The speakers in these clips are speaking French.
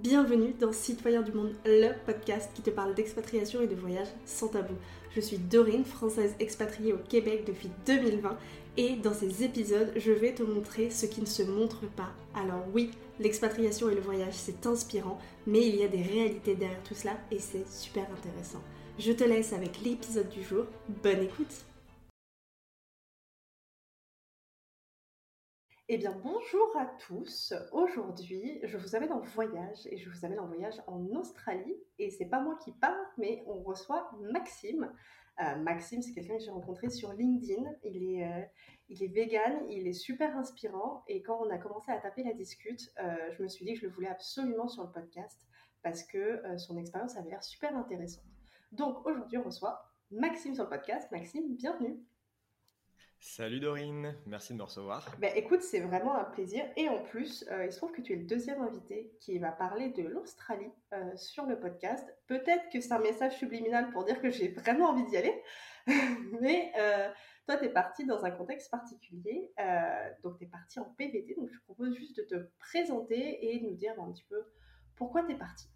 Bienvenue dans Citoyens du Monde, le podcast qui te parle d'expatriation et de voyage sans tabou. Je suis Dorine, française expatriée au Québec depuis 2020 et dans ces épisodes, je vais te montrer ce qui ne se montre pas. Alors oui, l'expatriation et le voyage, c'est inspirant, mais il y a des réalités derrière tout cela et c'est super intéressant. Je te laisse avec l'épisode du jour. Bonne écoute! Eh bien, bonjour à tous. Aujourd'hui, je vous amène en voyage et je vous amène en voyage en Australie. Et c'est pas moi qui pars, mais on reçoit Maxime. Maxime, c'est quelqu'un que j'ai rencontré sur LinkedIn. Il est vegan, il est super inspirant. Et quand on a commencé à taper la discute, je me suis dit que je le voulais absolument sur le podcast parce que son expérience avait l'air super intéressante. Donc aujourd'hui, on reçoit Maxime sur le podcast. Maxime, bienvenue. Salut Dorine, merci de me recevoir. Ben, écoute, c'est vraiment un plaisir. Et en plus, il se trouve que tu es le deuxième invité qui va parler de l'Australie sur le podcast. Peut-être que c'est un message subliminal pour dire que j'ai vraiment envie d'y aller. Mais toi, tu es parti dans un contexte particulier. Donc, tu es parti en PVT. Donc, je te propose juste de te présenter et de nous dire un petit peu pourquoi tu es parti.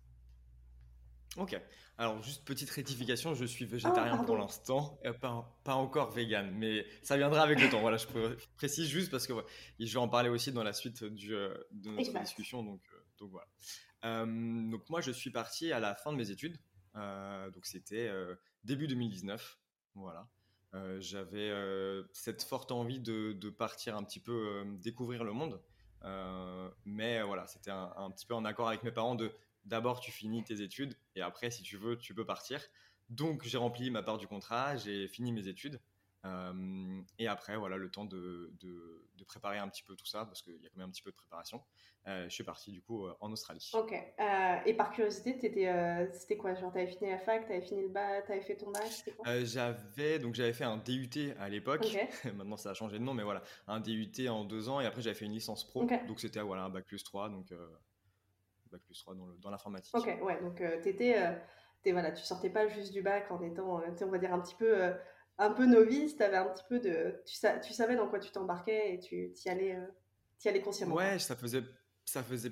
Ok, alors juste petite rectification, je suis Ah, végétarien pour pardon. l'instant, pas encore vegan, mais ça viendra avec le temps. Voilà, précise juste parce que ouais, je vais en parler aussi dans la suite de notre Exact. discussion, donc voilà. Donc moi, je suis parti à la fin de mes études, donc c'était début 2019, voilà. J'avais cette forte envie de partir un petit peu découvrir le monde, mais voilà, c'était un petit peu en accord avec mes parents de d'abord tu finis tes études et après si tu veux tu peux partir. Donc j'ai rempli ma part du contrat, j'ai fini mes études. Et après, voilà, le temps de préparer un petit peu tout ça, parce qu'il y a quand même un petit peu de préparation. Je suis parti du coup en Australie. Ok. Et par curiosité, c'était quoi? Genre, t'avais fini la fac, t'avais fini le bac, t'avais fait ton bac, c'était quoi? J'avais fait un DUT à Ok. l'époque. Maintenant ça a changé de nom, mais voilà, un DUT en 2 ans et après j'avais fait une licence Ok. pro. Donc c'était voilà, un bac plus 3, donc bac plus 3 dans Ok, l'informatique. ouais, donc voilà, tu sortais pas juste du bac en étant, tu sais, on va dire un peu novice, t'avais un petit peu tu savais dans quoi tu t'embarquais et tu t'y allais consciemment, quoi. Ouais, ça faisait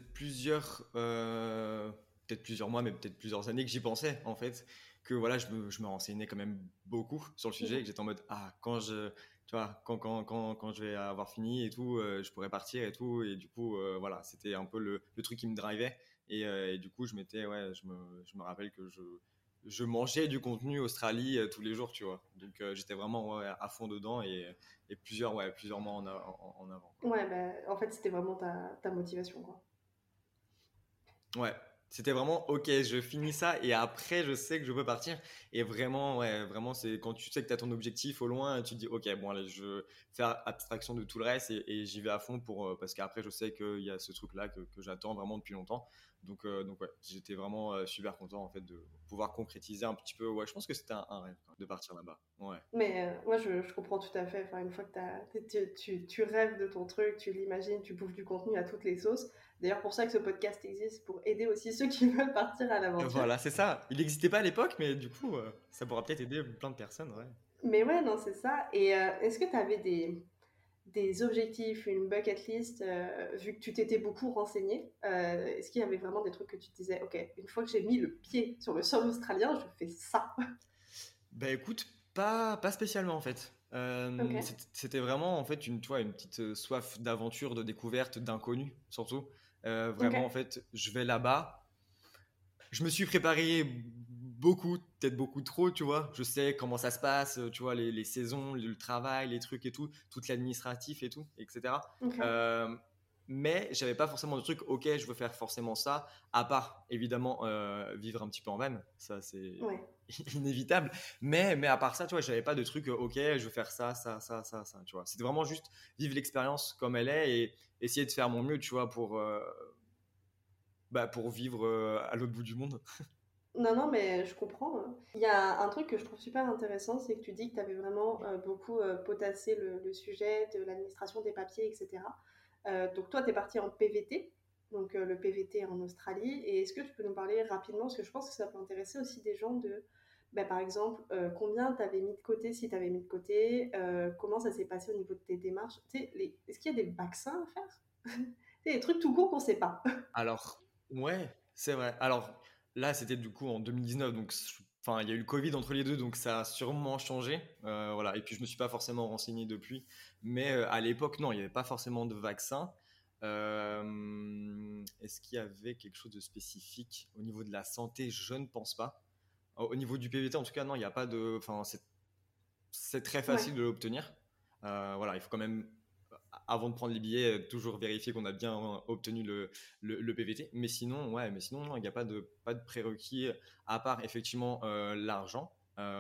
peut-être plusieurs mois, mais peut-être plusieurs années que j'y pensais, en fait. Que voilà, je me renseignais quand même beaucoup sur le sujet et Mhm. que j'étais en mode, tu vois, quand je vais avoir fini et tout, je pourrais partir et tout. Et du coup, voilà, c'était un peu le truc qui me drivait. Et du coup, je me rappelle que je mangeais du contenu Australie tous les jours, tu vois. Donc, j'étais vraiment ouais, à fond dedans et plusieurs mois en avant, quoi. Ouais, bah, en fait, c'était vraiment ta motivation, quoi. Ouais, c'était vraiment ok, je finis ça et après je sais que je peux partir. Et vraiment, ouais, vraiment, c'est quand tu sais que tu as ton objectif au loin, tu te dis ok, bon, allez, je vais faire abstraction de tout le reste et j'y vais à fond parce qu'après je sais qu'il y a ce truc-là que j'attends vraiment depuis longtemps. Donc ouais, j'étais vraiment super content en fait de pouvoir concrétiser un petit peu. Ouais, je pense que c'était un rêve quoi, de partir là-bas. Ouais. Mais moi, je comprends tout à fait. Enfin, une fois que tu rêves de ton truc, tu l'imagines, tu bouffes du contenu à toutes les sauces. D'ailleurs, pour ça que ce podcast existe, pour aider aussi ceux qui veulent partir à l'aventure. Voilà, c'est ça. Il n'existait pas à l'époque, mais du coup, ça pourra peut-être aider plein de personnes, ouais. Mais ouais, non, c'est ça. Et est-ce que tu avais des objectifs, une bucket list, vu que tu t'étais beaucoup renseigné, est-ce qu'il y avait vraiment des trucs que tu te disais, ok, une fois que j'ai mis le pied sur le sol australien, je fais ça. Bah écoute, pas spécialement en fait. Ok, C'était vraiment en fait une petite soif d'aventure, de découverte, d'inconnu surtout. ok, Vraiment en fait, je vais là-bas. Je me suis préparé beaucoup, peut-être beaucoup trop, tu vois. Je sais comment ça se passe, tu vois, les saisons, le travail, les trucs et tout, tout l'administratif et tout, etc. ok. Euh, mais j'avais pas forcément de truc, ok, je veux faire forcément ça, à part évidemment vivre un petit peu en van, ça c'est Ouais. inévitable. Mais à part ça, tu vois, j'avais pas de truc, ok, je veux faire ça, ça, tu vois. C'était vraiment juste vivre l'expérience comme elle est et essayer de faire mon mieux, tu vois, pour vivre à l'autre bout du monde. Non, non, mais je comprends, hein. Il y a un truc que je trouve super intéressant, c'est que tu dis que tu avais vraiment beaucoup potassé le sujet de l'administration des papiers, etc. Donc toi, tu es parti en PVT, donc le PVT en Australie. Et est-ce que tu peux nous parler rapidement, parce que je pense que ça peut intéresser aussi des gens de, bah, par exemple, combien tu avais mis de côté, si tu avais mis de côté, comment ça s'est passé au niveau de tes démarches. Tu sais, est-ce qu'il y a des vaccins à faire? Tu sais, des trucs tout court qu'on ne sait pas. Alors, ouais, C'est vrai. Alors là, c'était du coup en 2019, donc enfin, il y a eu le Covid entre les deux, donc ça a sûrement changé. Voilà. Et puis je me suis pas forcément renseigné depuis, mais à l'époque, non, il n'y avait pas forcément de vaccin. Est-ce qu'il y avait quelque chose de spécifique au niveau de la santé? Je ne pense pas. Au niveau du PVT, en tout cas, non, il n'y a pas de. Enfin, c'est très Ouais, facile de l'obtenir. Voilà, il faut quand même, avant de prendre les billets, toujours vérifier qu'on a bien obtenu le PVT. Mais sinon, ouais, mais sinon, non, il n'y a pas de prérequis à part effectivement l'argent.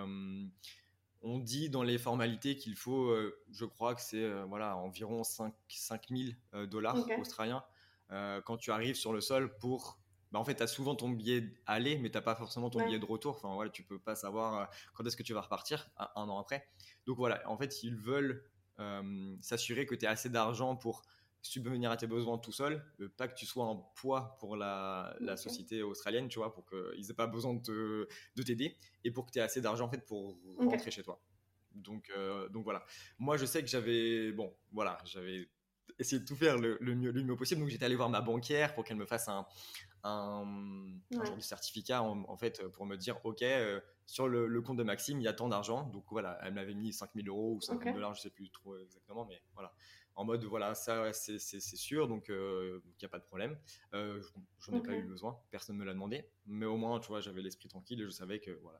On dit dans les formalités qu'il faut, je crois que c'est voilà, environ 5 000 ok, dollars australiens quand tu arrives sur le sol pour. Bah, en fait, tu as souvent ton billet aller, mais tu n'as pas forcément ton billet ouais, de retour. Enfin, voilà, tu peux pas savoir quand est-ce que tu vas repartir un an après. Donc voilà, en fait, ils veulent s'assurer que tu aies assez d'argent pour subvenir à tes besoins tout seul, pas que tu sois un poids pour la ok, société australienne, tu vois, pour qu'ils aient pas besoin de t'aider et pour que tu aies assez d'argent en fait pour rentrer ok, chez toi. Donc voilà. Moi, je sais que j'avais, bon, voilà, j'avais essayé de tout faire le mieux possible. Donc j'étais allé voir ma banquière pour qu'elle me fasse un genre ouais, de certificat en fait pour me dire, ok, sur le compte de Maxime, il y a tant d'argent. Donc voilà, elle m'avait mis 5 000 euros ou 5 ok, 000 dollars, je sais plus trop exactement, mais voilà. En mode, voilà, ça, ouais, c'est sûr, donc il n'y a pas de problème. J'en ai pas eu ok. besoin, personne ne me l'a demandé, mais au moins, tu vois, j'avais l'esprit tranquille et je savais que, voilà,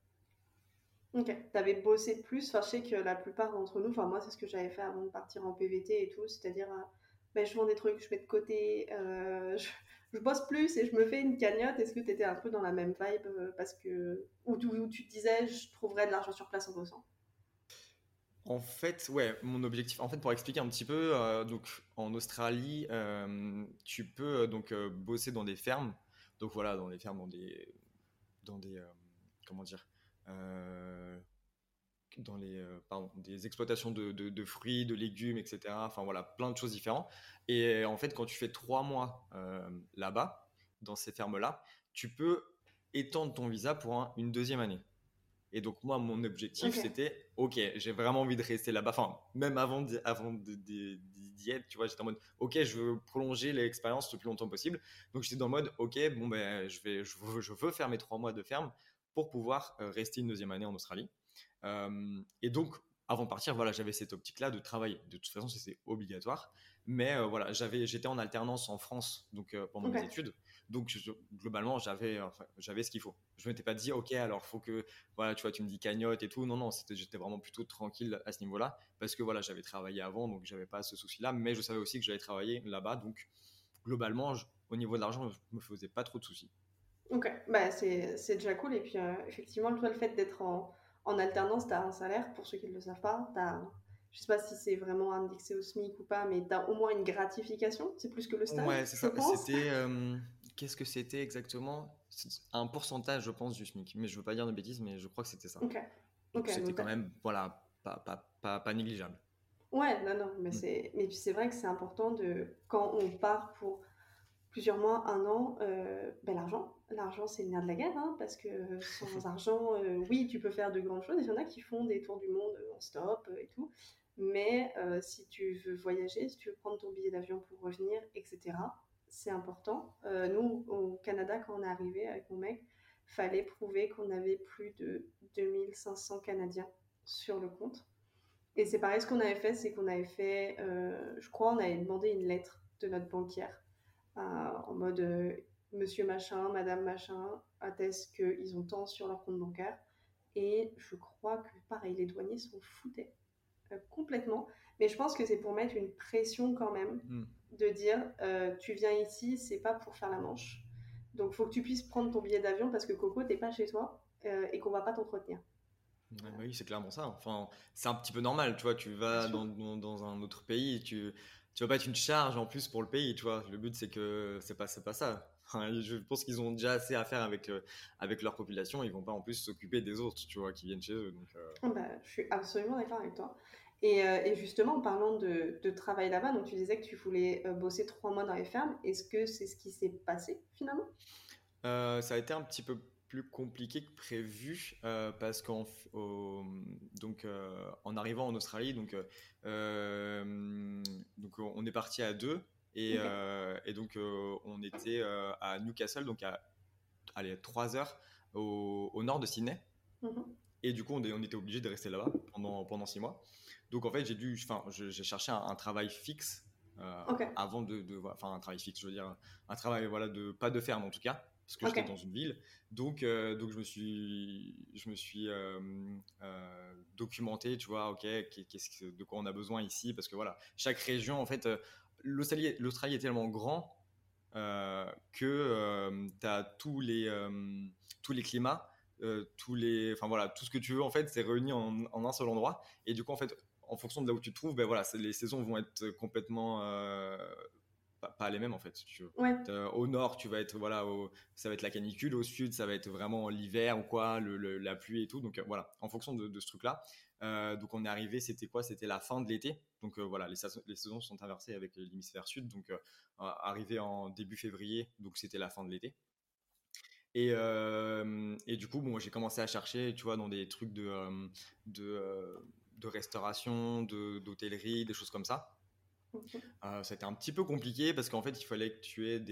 Ok, t'avais bossé plus, enfin je sais que la plupart d'entre nous, enfin moi c'est ce que j'avais fait avant de partir en PVT et tout, c'est-à-dire ben, je vends des trucs, je mets de côté, je bosse plus et je me fais une cagnotte. Est-ce que t'étais un peu dans la même vibe parce que où tu te disais je trouverais de l'argent sur place en bossant? En fait, ouais, mon objectif, en fait, pour expliquer un petit peu, donc en Australie, tu peux donc bosser dans des fermes. Donc voilà, dans des fermes, dans des, comment dire, euh, dans les, pardon, des exploitations de fruits, de légumes, etc. Enfin voilà, plein de choses différentes. Et en fait, quand tu fais 3 mois là-bas, dans ces fermes-là, tu peux étendre ton visa pour une deuxième année. Et donc, moi, mon objectif, Ok, c'était, OK, j'ai vraiment envie de rester là-bas. Enfin, même avant d'y être, tu vois, j'étais en mode, OK, je veux prolonger l'expérience le plus longtemps possible. Donc, j'étais dans le mode, OK, bon, ben, je veux faire mes 3 mois de ferme pour pouvoir rester une deuxième année en Australie. Et donc, avant de partir, voilà, j'avais cette optique-là de travailler. De toute façon, c'est obligatoire. Mais voilà, j'étais en alternance en France donc, pendant ok, mes études. Donc, globalement, j'avais ce qu'il faut. Je ne m'étais pas dit, OK, alors faut que, voilà, tu vois, tu me dis cagnotte et tout. Non, non, j'étais vraiment plutôt tranquille à ce niveau-là. Parce que voilà, j'avais travaillé avant, donc j'avais pas ce souci-là. Mais je savais aussi que j'allais travailler là-bas. Donc, globalement, au niveau de l'argent, je me faisais pas trop de soucis. ok, bah c'est déjà cool. Et puis effectivement, toi, le fait d'être en alternance, t'as un salaire, pour ceux qui ne le savent pas, je sais pas si c'est vraiment indexé au SMIC ou pas, mais t'as au moins une gratification, c'est plus que le Ouais, stage, c'est je ça. pense. Qu'est-ce que c'était exactement? C'est un pourcentage, je pense, du SMIC. Mais je veux pas dire de bêtises, mais je crois que c'était ça. Ok, Donc ok, c'était donc quand même, voilà, pas négligeable. ouais, non, non, mais Mm. mais puis c'est vrai que c'est important de, quand on part pour plusieurs mois, un an, ben l'argent c'est le nerf de la guerre, hein, parce que sans argent, oui, tu peux faire de grandes choses. Il y en a qui font des tours du monde en stop et tout, mais si tu veux voyager, si tu veux prendre ton billet d'avion pour revenir, etc., c'est important. Nous, au Canada, quand on est arrivé avec mon mec, fallait prouver qu'on avait plus de 2500 Canadiens sur le compte. Et c'est pareil, ce qu'on avait fait, c'est qu'on avait fait, je crois, on avait demandé une lettre de notre banquière en mode monsieur machin, madame machin attestent qu'ils ont tant sur leur compte bancaire. Et je crois que, pareil, les douaniers s'en foutaient complètement. Mais je pense que c'est pour mettre une pression quand même Mm. de dire tu viens ici, c'est pas pour faire la manche. Donc, faut que tu puisses prendre ton billet d'avion parce que Coco, t'es pas chez toi et qu'on va pas t'entretenir. Ouais, bah oui, c'est clairement ça. Enfin, c'est un petit peu normal, tu vois. Tu Bien vas sûr. dans un autre pays, tu vas pas être une charge en plus pour le pays, tu vois. Le but, c'est que c'est pas ça. Enfin, je pense qu'ils ont déjà assez à faire avec leur population. Ils vont pas en plus s'occuper des autres, tu vois, qui viennent chez eux. Donc, Ah bah, je suis absolument d'accord avec toi. Et justement, en parlant de travail là-bas, donc tu disais que tu voulais bosser 3 mois dans les fermes. Est-ce que c'est ce qui s'est passé finalement? Ça a été un petit peu plus compliqué que prévu parce en arrivant en Australie, donc on est parti à deux. Ok. Et donc, on était à Newcastle, donc à allez, 3 heures au nord de Sydney. Mhm. Et du coup, on était obligé de rester là-bas pendant 6 mois. Donc, en fait, j'ai cherché un travail fixe Ok. avant enfin, un travail fixe, je veux dire, un travail, voilà, pas de ferme en tout cas, parce que Ok. j'étais dans une ville. Donc je me suis documenté, tu vois, ok, de quoi on a besoin ici, parce que voilà, chaque région, en fait, l'Australie est tellement grand que tu as tous les climats, enfin voilà, tout ce que tu veux en fait, c'est réuni en un seul endroit. Et du coup, en fait, en fonction de là où tu te trouves, ben voilà, les saisons vont être complètement pas les mêmes en fait. Si tu veux. Ouais. Au nord, tu vas être voilà, ça va être la canicule. Au sud, ça va être vraiment l'hiver ou quoi, la pluie et tout. Donc voilà, en fonction de ce truc-là. Donc on est arrivé, c'était quoi? C'était la fin de l'été. Donc voilà, les saisons sont inversées avec l'hémisphère sud. Donc arrivé en début février, donc c'était la fin de l'été. Et du coup, bon, j'ai commencé à chercher, tu vois, dans des trucs de, euh, de restauration, d'hôtellerie, des choses comme ça. Mhm. Ça a été un petit peu compliqué parce qu'en fait, il fallait que tu aies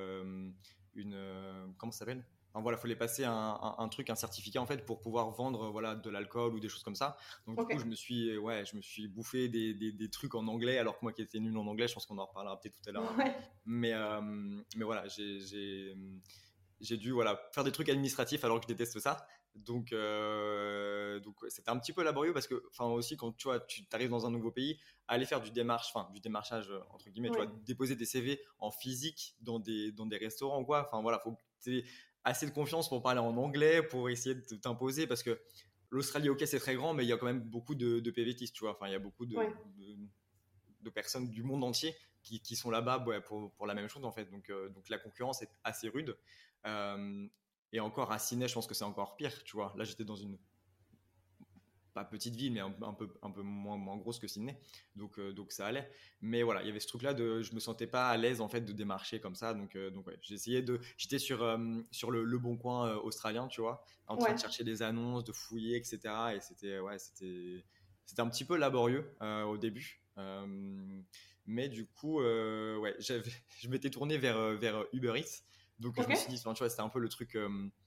comment ça s'appelle? Enfin, voilà, il fallait passer un truc, un certificat en fait pour pouvoir vendre voilà de l'alcool ou des choses comme ça. Donc du Ok. coup, je me suis bouffé des trucs en anglais alors que moi qui étais nul en anglais, je pense qu'on en reparlera peut-être tout à l'heure, hein. Ouais. Mais voilà, j'ai dû voilà, faire des trucs administratifs alors que je déteste ça. Donc ouais, c'était un petit peu laborieux parce que, enfin aussi, quand tu vois, tu arrives dans un nouveau pays, aller faire du démarchage entre guillemets, tu vois, Ouais. déposer des CV en physique dans des restaurants ou quoi. Enfin voilà, faut que tu aies assez de confiance pour parler en anglais, pour essayer de t'imposer parce que l'Australie, ok, c'est très grand, mais il y a quand même beaucoup de PVTistes, tu vois. Enfin, il y a beaucoup Ouais. de personnes du monde entier qui sont là-bas ouais, pour la même chose en fait. Donc la concurrence est assez rude. Euh, et encore à Sydney, je pense que c'est encore pire, tu vois. Là, j'étais dans une pas petite ville, mais un peu moins grosse que Sydney, donc ça allait. Mais voilà, il y avait ce truc-là je me sentais pas à l'aise en fait de démarcher comme ça, donc ouais, j'étais sur le bon coin australien, tu vois, en train Ouais. de chercher des annonces, de fouiller, etc. Et c'était un petit peu laborieux au début. Mais du coup, ouais, je m'étais tourné vers Uber Eats. Donc je Ok. me suis dit, enfin, tu vois, c'était un peu le truc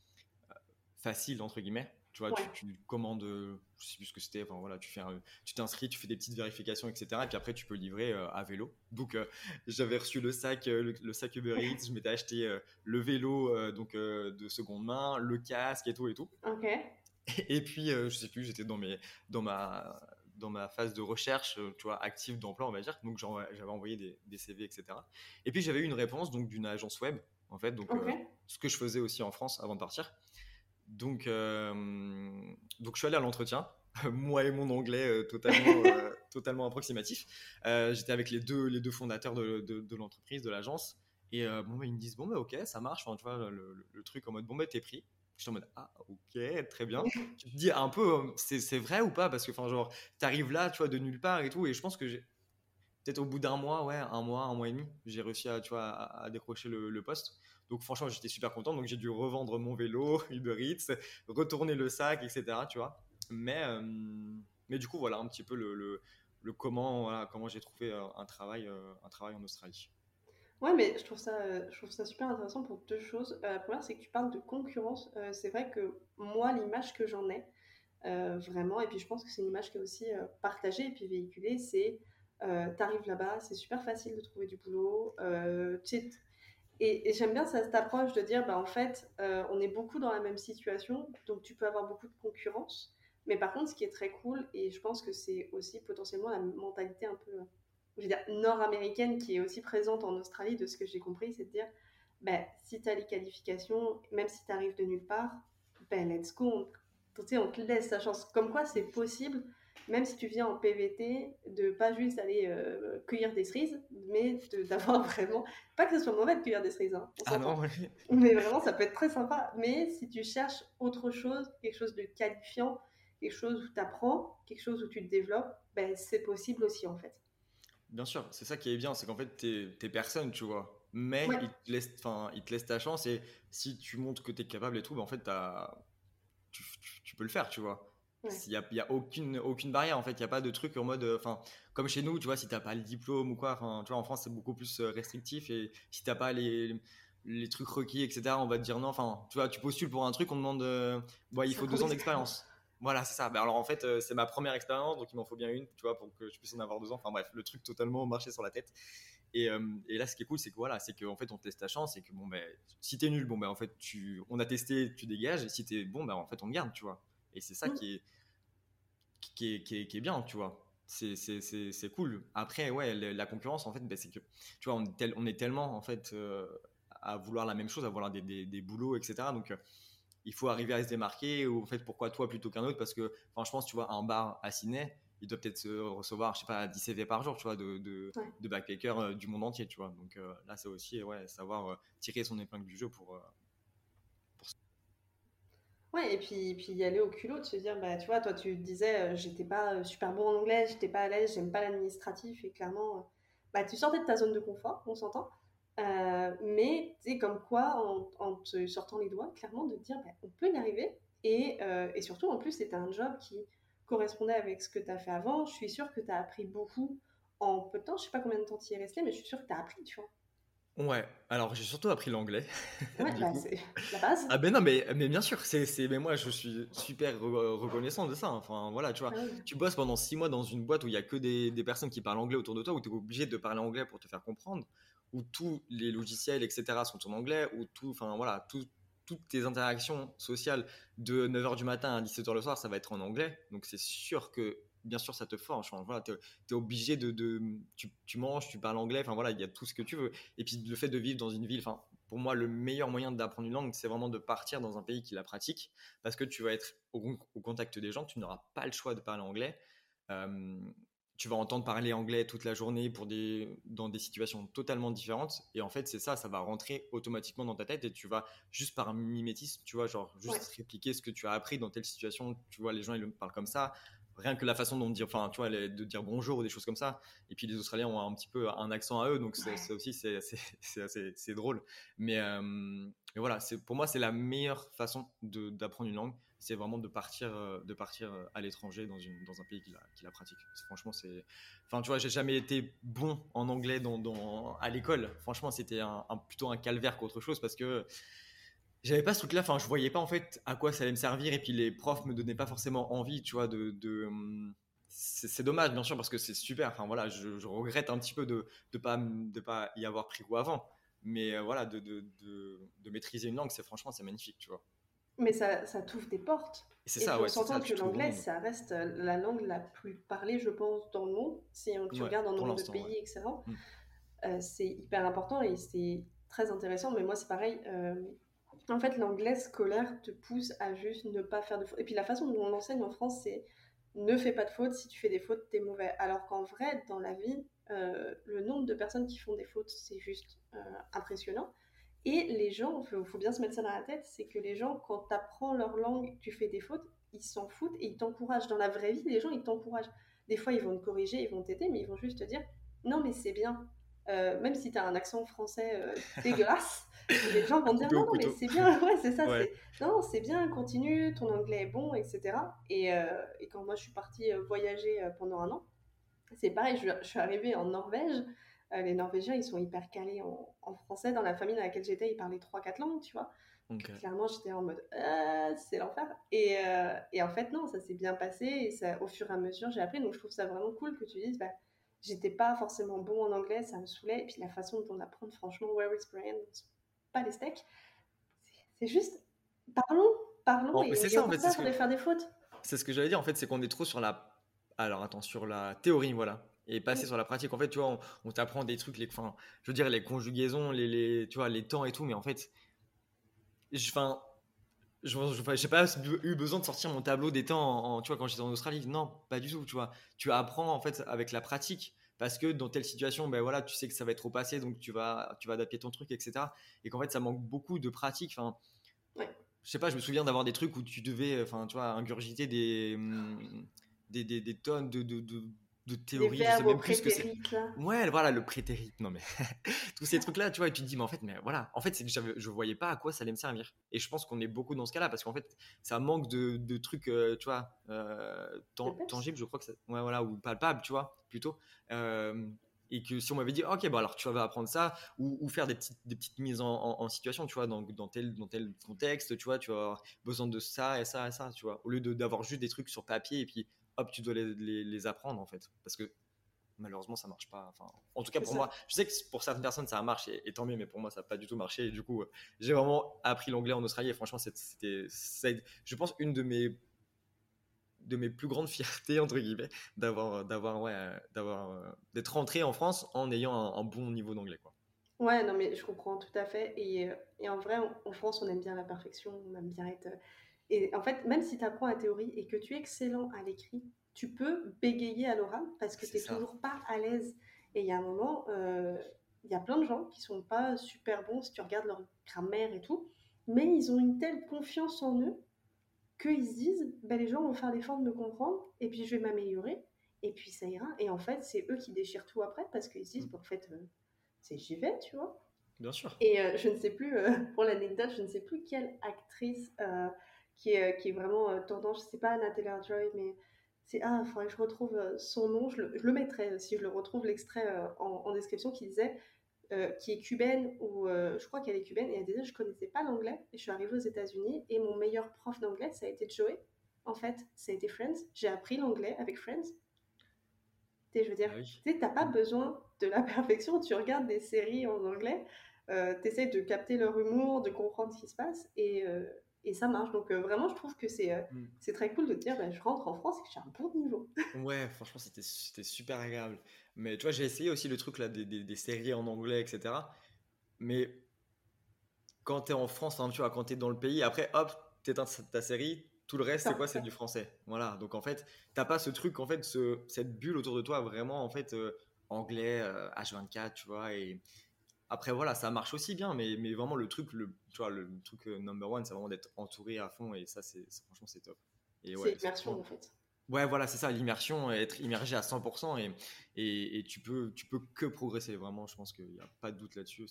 facile entre guillemets. Tu vois, Ouais. tu commandes, je sais plus ce que c'était. Enfin voilà, tu t'inscris, tu fais des petites vérifications, etc. Et puis après, tu peux livrer à vélo. Donc j'avais reçu le sac Uber Eats. Je m'étais acheté le vélo de seconde main, le casque et tout et tout. Ok. Et puis je sais plus, j'étais dans ma dans ma phase de recherche, tu vois, active d'emploi, on va dire. Donc j'avais envoyé des CV, etc. Et puis j'avais eu une réponse donc d'une agence web, en fait, Ok. ce que je faisais aussi en France avant de partir. Donc, euh, donc je suis allé à l'entretien, moi et mon anglais totalement approximatif. J'étais avec les deux fondateurs de l'entreprise, de l'agence. Et bon, bah, ils me disent, bon, bah, ok, ça marche. Enfin, tu vois, le truc en mode, bon, bah, t'es pris. Je suis en mode, ah, ok, très bien. Tu te dis un peu, c'est vrai ou pas? Parce que, enfin, genre, t'arrives là, tu vois, de nulle part et tout. Et je pense que peut-être au bout d'un mois, ouais, un mois et demi, j'ai réussi tu vois, à décrocher le poste. Donc franchement, j'étais super content. Donc j'ai dû revendre mon vélo, Uber Eats, retourner le sac, etc. Tu vois. Mais du coup, voilà un petit peu le comment, voilà, comment j'ai trouvé un travail en Australie. Ouais, mais je trouve ça super intéressant pour deux choses. La première, c'est que tu parles de concurrence. C'est vrai que moi, l'image que j'en ai, vraiment, et puis je pense que c'est une image qui est aussi partagée et puis véhiculée, c'est t'arrives là-bas, c'est super facile de trouver du boulot. Et j'aime bien cette approche de dire, bah, en fait, on est beaucoup dans la même situation, donc tu peux avoir beaucoup de concurrence. Mais par contre, ce qui est très cool, et je pense que c'est aussi potentiellement la mentalité un peu, je veux dire, nord-américaine qui est aussi présente en Australie, de ce que j'ai compris, c'est de dire, bah, si tu as les qualifications, même si tu arrives de nulle part, ben let's go, tu sais, on te laisse la chance. Comme quoi, c'est possible, même si tu viens en PVT, de pas juste aller cueillir des cerises, mais d'avoir vraiment pas que ce soit mauvais de cueillir des cerises, hein, on Ah non, s'entend. ouais. Mais vraiment, ça peut être très sympa. Mais si tu cherches autre chose, quelque chose de qualifiant, quelque chose où tu apprends, quelque chose où tu te développes, ben, c'est possible aussi en fait. Bien sûr, c'est ça qui est bien, c'est qu'en fait, t'es personne, tu vois. Mais Ouais, il te laisse ta chance et si tu montres que t'es capable et tout, bah, en fait, tu peux le faire, tu vois. Ouais. Il y a aucune barrière en fait. Il n'y a pas de truc en mode, enfin, comme chez nous, tu vois, si t'as pas le diplôme ou quoi, enfin, tu vois, en France c'est beaucoup plus restrictif et si t'as pas les trucs requis, etc., on va te dire non. Enfin, tu vois, tu postules pour un truc, on demande, ouais, il faut 5 ans 2 ans d'expérience. d'expérience. Voilà, c'est ça. Ben alors en fait, c'est ma première expérience, donc il m'en faut bien une, tu vois, pour que je puisse en avoir 2 ans. Enfin bref, le truc totalement marché sur la tête. Et là, ce qui est cool, c'est que voilà, c'est qu'en fait, on te laisse ta chance et que bon, ben, si t'es nul, bon, ben, en fait, on a testé, tu dégages. Et si t'es bon, ben, en fait, on te garde, tu vois. Et c'est ça Mm. qui est bien, tu vois. C'est cool. Après, ouais, la concurrence, en fait, ben, c'est que, tu vois, on est tellement, en fait, à vouloir la même chose, à vouloir des boulots, etc. Donc, il faut arriver à se démarquer. Ou en fait, pourquoi toi plutôt qu'un autre? Parce que, franchement, tu vois, un bar à Sydney, il doit peut-être recevoir, je sais pas, 10 CV par jour, tu vois, Ouais. de backpackers du monde entier, tu vois. Donc là, c'est aussi, ouais, savoir tirer son épingle du jeu pour... Ouais, et puis y aller au culot, de se dire, bah, tu vois, toi, tu disais, j'étais pas super bon en anglais, j'étais pas à l'aise, j'aime pas l'administratif, et clairement, bah, tu sortais de ta zone de confort, on s'entend. Mais, tu sais, comme quoi, en te sortant les doigts, clairement, de te dire, bah, on peut y arriver. Et surtout, en plus, c'était un job qui correspondait avec ce que tu as fait avant. Je suis sûre que tu as appris beaucoup en peu de temps. Je sais pas combien de temps tu y es resté, mais je suis sûre que tu as appris, tu vois. Ouais, alors j'ai surtout appris l'anglais, Ouais, du bah, coup. c'est la base. Ah ben non, mais bien sûr, mais moi je suis super reconnaissant de ça. Enfin voilà, tu vois, Ah oui. tu bosses pendant 6 mois dans une boîte où il y a que des personnes qui parlent anglais autour de toi, où tu es obligé de parler anglais pour te faire comprendre, où tous les logiciels, etc. sont en anglais, où enfin voilà, toutes tes interactions sociales de 9 h du matin à 17 h le soir, ça va être en anglais. Donc c'est sûr que, bien sûr, ça te forge. Enfin, voilà, t'es obligé tu manges, tu parles anglais, enfin voilà, il y a tout ce que tu veux. Et puis le fait de vivre dans une ville, enfin pour moi, le meilleur moyen d'apprendre une langue, c'est vraiment de partir dans un pays qui la pratique, parce que tu vas être au contact des gens, tu n'auras pas le choix de parler anglais. Euh, Tu vas entendre parler anglais toute la journée dans des situations totalement différentes. Et en fait, c'est ça, ça va rentrer automatiquement dans ta tête et tu vas juste par mimétisme, tu vois, genre Ouais. juste répliquer ce que tu as appris dans telle situation. Tu vois, les gens, ils le parlent comme ça. Rien que la façon dont dire, enfin, tu vois, de dire bonjour ou des choses comme ça. Et puis les Australiens ont un petit peu un accent à eux, donc Ouais. aussi, c'est drôle. Mais voilà, pour moi, c'est la meilleure façon d'apprendre une langue, c'est vraiment de partir à l'étranger dans un pays qui la pratique. Franchement, enfin, tu vois, j'ai jamais été bon en anglais à l'école. Franchement, c'était plutôt un calvaire qu'autre chose parce que j'avais pas ce truc-là. Enfin, je voyais pas en fait à quoi ça allait me servir et puis les profs me donnaient pas forcément envie, tu vois, c'est dommage, bien sûr, parce que c'est super. Enfin, voilà, je regrette un petit peu de pas y avoir pris goût avant. Mais voilà, de maîtriser une langue, franchement, c'est magnifique, tu vois. Mais ça t'ouvre des portes. Et c'est Et ça, puis on ouais, c'est s'entend ça, que tu t'ouvres au l'anglais, monde. ça reste la langue la plus parlée, je pense, dans le monde. Si tu Ouais, regardes en pour nombre de l'instant, ouais. pays, etc., Mm. c'est hyper important et c'est très intéressant. Mais moi, c'est pareil. En fait, l'anglais scolaire te pousse à juste ne pas faire de fautes. Et puis la façon dont on l'enseigne en France, c'est ne fais pas de fautes. Si tu fais des fautes, t'es mauvais. Alors qu'en vrai, dans la vie, le nombre de personnes qui font des fautes, c'est juste impressionnant. Et les gens, faut bien se mettre ça dans la tête, c'est que les gens, quand tu apprends leur langue, tu fais des fautes, ils s'en foutent et ils t'encouragent. Dans la vraie vie, les gens, ils t'encouragent. Des fois, ils vont te corriger, ils vont t'aider, mais ils vont juste te dire non, mais c'est bien. Même si tu as un accent français dégueulasse, les gens vont À dire couper non, au non, mais couteau. c'est bien. Ouais, c'est ça, Ouais. c'est non, c'est bien, continue, ton anglais est bon, etc. Et quand moi, je suis partie voyager pendant un an, c'est pareil, je suis arrivée en Norvège. Les Norvégiens, ils sont hyper calés en français. Dans la famille dans laquelle j'étais, ils parlaient trois quatre langues, tu vois. Ok. Donc, clairement, j'étais en mode c'est l'enfer. Et en fait, non, ça s'est bien passé. Et ça, au fur et à mesure, j'ai appris. Donc, je trouve ça vraiment cool que tu dises bah, j'étais pas forcément bon en anglais, ça me saoulait. Et puis, la façon dont on apprend, franchement, where is Brian? Pas les steaks. C'est juste parlons, parlons Mais c'est et ça, on en va fait, pas de faire des fautes. c'est ce que j'allais dire. En fait, c'est qu'on est trop sur la. Alors, attends, sur la théorie, voilà. Et passer Mm. sur la pratique. En fait, tu vois, on t'apprend des trucs, enfin, je veux dire, les conjugaisons, tu vois, les temps et tout, mais en fait, enfin, j'ai pas eu besoin de sortir mon tableau des temps, tu vois, quand j'étais en Australie. Non, pas du tout, tu vois. Tu apprends, en fait, avec la pratique. Parce que dans telle situation, ben voilà, tu sais que ça va être au passé, donc tu vas adapter ton truc, etc. Et qu'en fait, ça manque beaucoup de pratique. Enfin, Ouais. je sais pas, je me souviens d'avoir des trucs où tu devais, enfin, tu vois, ingurgiter des tonnes de Les théorie, je sais verbes au même plus ce que c'est. prétérit, là. Ouais, voilà, le prétérit, non mais tous ces trucs-là, tu vois, et tu te dis, mais en fait, mais voilà, en fait, c'est que je voyais pas à quoi ça allait me servir. Et je pense qu'on est beaucoup dans ce cas-là, parce qu'en fait, ça manque de trucs, tu vois, De peps. tangibles, je crois que ça, ouais, voilà, ou palpables, tu vois, plutôt. Euh, et que si on m'avait dit, ok, bon, alors tu vas apprendre ça, ou faire des petites mises en situation, tu vois, dans tel contexte, tu vas avoir besoin de ça et ça et ça, tu vois, au lieu d'avoir juste des trucs sur papier et puis hop, tu dois les apprendre, en fait. Parce que malheureusement ça marche pas, enfin en tout cas C'est pour ça. moi, je sais que pour certaines personnes ça a marché et tant mieux, mais pour moi ça n'a pas du tout marché et du coup j'ai vraiment appris l'anglais en Australie et franchement je pense une de mes plus grandes fiertés entre guillemets d'être rentré en France en ayant un bon niveau d'anglais, quoi. Ouais, non, mais je comprends tout à fait. Et en vrai, en France, on aime bien la perfection, on aime bien être. Et en fait, même si tu apprends la théorie et que tu es excellent à l'écrit, tu peux bégayer à l'oral parce que C'est tu n'es ça. toujours pas à l'aise. Et il y a un moment, il y a plein de gens qui sont pas super bons si tu regardes leur grammaire et tout, mais ils ont une telle confiance en eux qu'ils se disent, bah, les gens vont faire l'effort de me comprendre et puis je vais m'améliorer et puis ça ira. Et en fait, c'est eux qui déchirent tout après parce qu'ils se disent, bah, en fait, c'est j'y vais, tu vois. Bien sûr. Et je ne sais plus, pour l'anecdote, je ne sais plus quelle actrice qui est vraiment tendance, je ne sais pas Anna Taylor-Joy, mais c'est, il faudrait que je retrouve son nom, je le mettrai si je le retrouve l'extrait en description, qui disait, qui est cubaine, ou je crois qu'elle est cubaine, et elle disait, je ne connaissais pas l'anglais, et je suis arrivée aux États-Unis, et mon meilleur prof d'anglais, ça a été Joey, en fait, ça a été Friends, j'ai appris l'anglais avec Friends, je veux dire, Bah oui. tu sais, t'as pas besoin de la perfection. Tu regardes des séries en anglais, tu essaies de capter leur humour, de comprendre ce qui se passe, et ça marche. Donc vraiment, je trouve que Mm. c'est très cool de te dire, bah, je rentre en France et que j'ai un bon niveau. Ouais, franchement, c'était super agréable. Mais tu vois, j'ai essayé aussi le truc là des séries en anglais, etc. Mais quand t'es en France, hein, tu vois, quand t'es dans le pays, après, hop, t'éteins ta série, tout le reste, Ça c'est quoi? reste C'est ça. du français. Voilà. Donc en fait, t'as pas ce truc, en fait, cette bulle autour de toi, vraiment, en fait, anglais, H24, tu vois. Et après, voilà, ça marche aussi bien, mais vraiment, tu vois, le truc number one, c'est vraiment d'être entouré à fond. Et ça, franchement, c'est top. Et C'est ouais, immersion, effectivement. en fait. Ouais, voilà, c'est ça, l'immersion, être immergé à 100%, et tu peux que progresser, vraiment, je pense qu'il n'y a pas de doute là-dessus.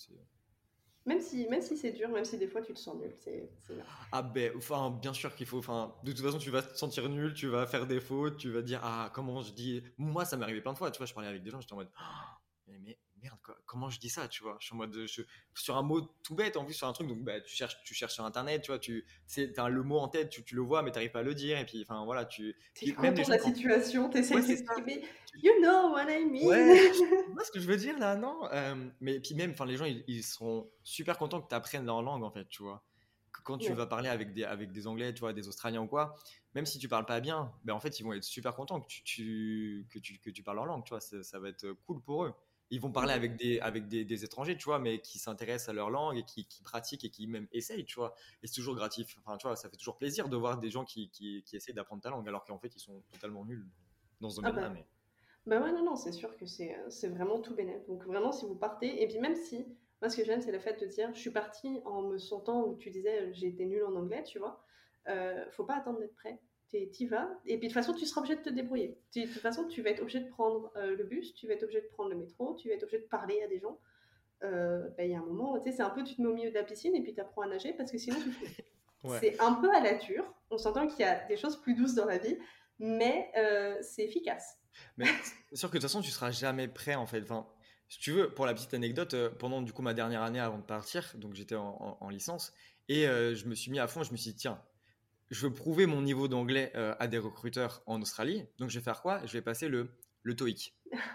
Même si c'est dur, même si des fois tu te sens nul, c'est bien. Ah ben, enfin, bien sûr qu'il faut, enfin, de toute façon, tu vas te sentir nul, tu vas faire des fautes, tu vas dire, ah, comment je dis, moi, ça m'est arrivé plein de fois, tu vois, je parlais avec des gens, j'étais en mode, ah, mais merde, comment je dis ça, tu vois, je suis en mode, sur un mot tout bête, en plus, sur un truc, donc, bah, tu cherches sur Internet, tu vois, t'as le mot en tête, tu le vois, mais t'arrives pas à le dire, et puis, enfin, voilà, Tu puis même les contournes gens la quand, situation, tu essaies ouais, de c'est ça, l'exprimer. You know what I ouais, mean. tu vois ce que je veux dire, là, non? Mais puis même, enfin, les gens, ils seront super contents que tu apprennes leur langue, en fait, tu vois. Que quand tu Ouais. vas parler avec des Anglais, tu vois, des Australiens ou quoi, même si tu parles pas bien, ben en fait, ils vont être super contents que tu parles leur langue, tu vois. Ça va être cool pour eux. Ils vont parler Mhm. avec des étrangers, tu vois, mais qui s'intéressent à leur langue et qui pratiquent et qui même essayent, tu vois. Et c'est toujours gratif. Enfin, tu vois, ça fait toujours plaisir de voir des gens qui essayent d'apprendre ta langue, alors qu'en fait, ils sont totalement nuls dans ce Ah domaine-là. bah, Mais bah ouais, non, non, c'est sûr que c'est vraiment tout bénef. Donc vraiment, si vous partez, et puis même si, moi ce que j'aime, c'est le fait de dire, je suis partie en me sentant, où tu disais, j'ai été nulle en anglais, tu vois, faut pas attendre d'être prêt. T'y vas, et puis de toute façon, tu seras obligé de te débrouiller. De toute façon, tu vas être obligé de prendre le bus, tu vas être obligé de prendre le métro, tu vas être obligé de parler à des gens. Bah, il y a un moment, tu sais, c'est un peu, tu te mets au milieu de la piscine et puis tu apprends à nager parce que sinon tu fous. ouais. C'est un peu à la dure, on s'entend qu'il y a des choses plus douces dans la vie, mais c'est efficace. Mais c'est sûr que de toute façon, tu seras jamais prêt en fait. Enfin, si tu veux, pour la petite anecdote, pendant du coup ma dernière année avant de partir, donc j'étais en licence, et je me suis mis à fond. Je me suis dit, tiens, je veux prouver mon niveau d'anglais à des recruteurs en Australie. Donc je vais faire quoi? Je vais passer le TOEIC.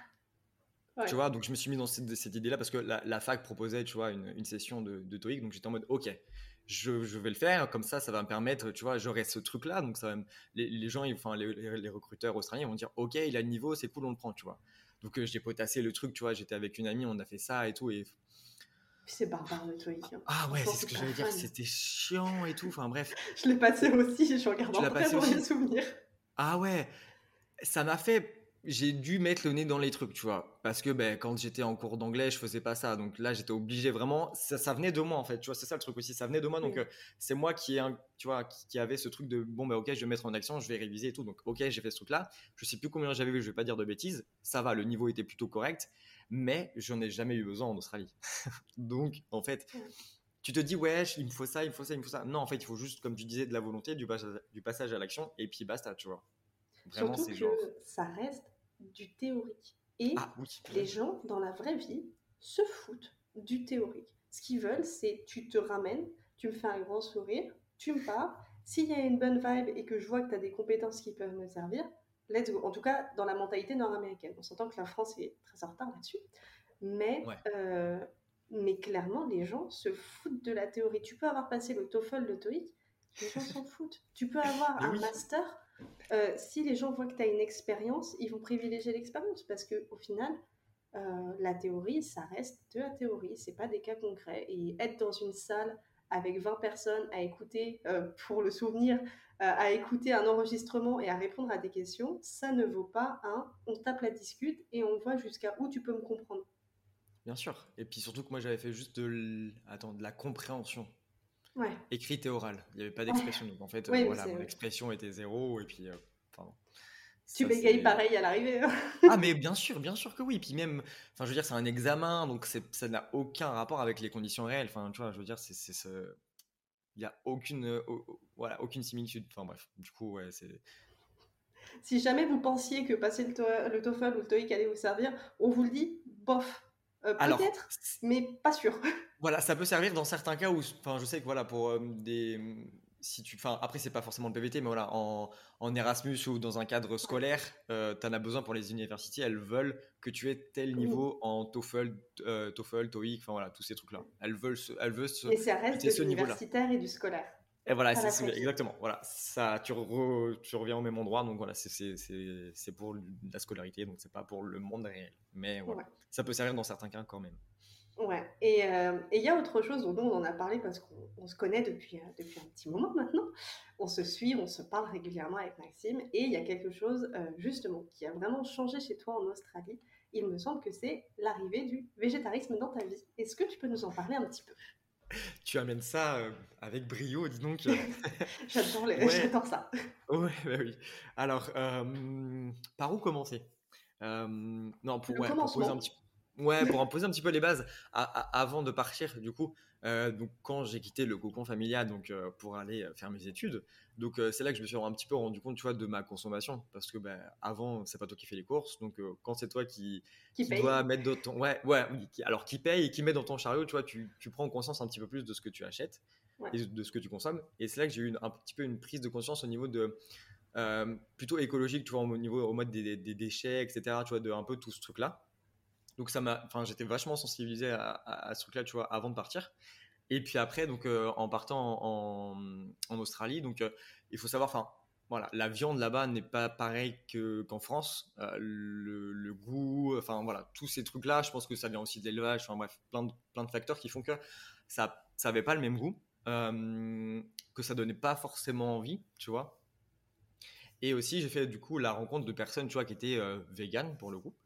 Tu Ouais. vois, donc je me suis mis dans cette idée-là parce que la fac proposait, tu vois, une session de TOEIC. Donc j'étais en mode, ok, je vais le faire. Comme ça va me permettre, tu vois, j'aurai ce truc-là. Donc les gens, enfin, les recruteurs australiens vont dire, ok, il a le niveau, c'est cool, on le prend, tu vois. Donc j'ai potassé le truc, tu vois, j'étais avec une amie, on a fait ça et tout. Et Puis c'est barbare le TOEIC, hein. ah ouais, Franchement, c'est ce c'est que pas j'allais dire, fun. c'était chiant et tout. Enfin bref, Je l'ai passé aussi, je regarde tu un l'as très passé mauvais aussi? souvenir. Ah ouais, ça m'a fait. j'ai dû mettre le nez dans les trucs, tu vois. Parce que ben, quand j'étais en cours d'anglais, je faisais pas ça. Donc là, j'étais obligé vraiment. Ça venait de moi, en fait. Tu vois, c'est ça le truc aussi. Ça venait de moi. Donc, Oui. c'est moi tu vois, qui avait ce truc de bon, ben, ok, je vais mettre en action, je vais réviser et tout. Donc, ok, j'ai fait ce truc-là. Je sais plus combien j'avais vu, je vais pas dire de bêtises. Ça va, le niveau était plutôt correct. Mais j'en ai jamais eu besoin en Australie. Donc, en fait, Ouais. tu te dis, ouais, il me faut ça, il me faut ça, il me faut ça. Non, en fait, il faut juste, comme tu disais, de la volonté, du passage à l'action. Et puis basta, tu vois. Vraiment, Surtout c'est genre. que ça reste du théorique. Et Ah oui, les gens, dans la vraie vie, se foutent du théorique. Ce qu'ils veulent, c'est tu te ramènes, tu me fais un grand sourire, tu me parles. S'il y a une bonne vibe et que je vois que tu as des compétences qui peuvent me servir, let's go. En tout cas, dans la mentalité nord-américaine. On s'entend que la France est très en retard là-dessus. Mais, ouais. euh, mais clairement, les gens se foutent de la théorie. Tu peux avoir passé le TOEFL, le TOEIC, les gens s'en foutent. Tu peux avoir Mais un oui, master, si les gens voient que tu as une expérience, ils vont privilégier l'expérience parce qu'au final, la théorie, ça reste de la théorie, c'est pas des cas concrets. Et être dans une salle avec 20 personnes à écouter, pour le souvenir, à écouter un enregistrement et à répondre à des questions, ça ne vaut pas un on tape la discute et on voit jusqu'à où tu peux me comprendre. bien sûr. Et puis surtout que moi j'avais fait juste de la compréhension Ouais, écrite et orale. Il n'y avait pas ouais, d'expression. Donc en fait, ouais, mais voilà, c'est. mon expression était zéro. Et puis, pardon. Tu Ça bégayes c'est. pareil à l'arrivée. Ah, mais bien sûr que oui. Et puis même, enfin, je veux dire, c'est un examen, donc ça n'a aucun rapport avec les conditions réelles. Enfin, tu vois, je veux dire, il n'y a aucune, voilà, aucune similitude. Enfin bref, du coup, ouais, c'est. Si jamais vous pensiez que passer le TOEFL ou le TOEIC allait vous servir, on vous le dit, bof. Alors, Peut-être, mais pas sûr. voilà, ça peut servir dans certains cas où, enfin, je sais que voilà, pour si tu, enfin, après c'est pas forcément le PVT, mais voilà, en Erasmus ou dans un cadre Ouais. scolaire, tu en as besoin pour les universités, elles veulent que tu aies tel Oui, niveau en TOEFL, TOEIC, enfin voilà, tous ces trucs-là. mais ça que reste tu aies de ce niveau-là. l'universitaire et du scolaire, Et voilà, pas la c'est vraie vie. exactement, voilà, ça, tu reviens au même endroit, donc voilà, c'est pour la scolarité, donc c'est pas pour le monde réel, mais voilà, Ouais. ça peut servir dans certains cas quand même. Ouais. Et il y a autre chose dont nous on en a parlé parce qu'on se connaît depuis un petit moment maintenant. On se suit, on se parle régulièrement avec Maxime. Et il y a quelque chose justement qui a vraiment changé chez toi en Australie. Il me semble que c'est l'arrivée du végétarisme dans ta vie. Est-ce que tu peux nous en parler un petit peu? Tu amènes ça avec brio, dis donc. Ouais, J'adore ça. ouais, bah oui. Alors, par où commencer? Non, Le pour poser un commencement. petit, ouais, pour en poser un petit peu les bases, avant de partir, du coup, donc quand j'ai quitté le cocon familial, donc pour aller faire mes études, donc c'est là que je me suis un petit peu rendu compte, tu vois, de ma consommation, parce que ben avant, c'est pas toi qui fais les courses, donc quand c'est toi Qui qui doit paye. mettre dans ton, ouais, ouais, oui, alors qui paye et qui met dans ton chariot, tu vois, tu prends conscience un petit peu plus de ce que tu achètes Ouais. et de ce que tu consommes, et c'est là que j'ai eu un petit peu une prise de conscience au niveau de plutôt écologique, tu vois, au mode des déchets, etc., tu vois, de un peu tout ce truc-là. Donc enfin, j'étais vachement sensibilisé à ce truc-là, tu vois, avant de partir. Et puis après, donc en partant en Australie, donc il faut savoir, enfin, voilà, la viande là-bas n'est pas pareil qu'en France. Le goût, enfin voilà, tous ces trucs-là, je pense que ça vient aussi de l'élevage. Enfin bref, plein de facteurs qui font que ça avait pas le même goût, que ça donnait pas forcément envie, tu vois. Et aussi, j'ai fait du coup la rencontre de personnes, tu vois, qui étaient véganes pour le coup.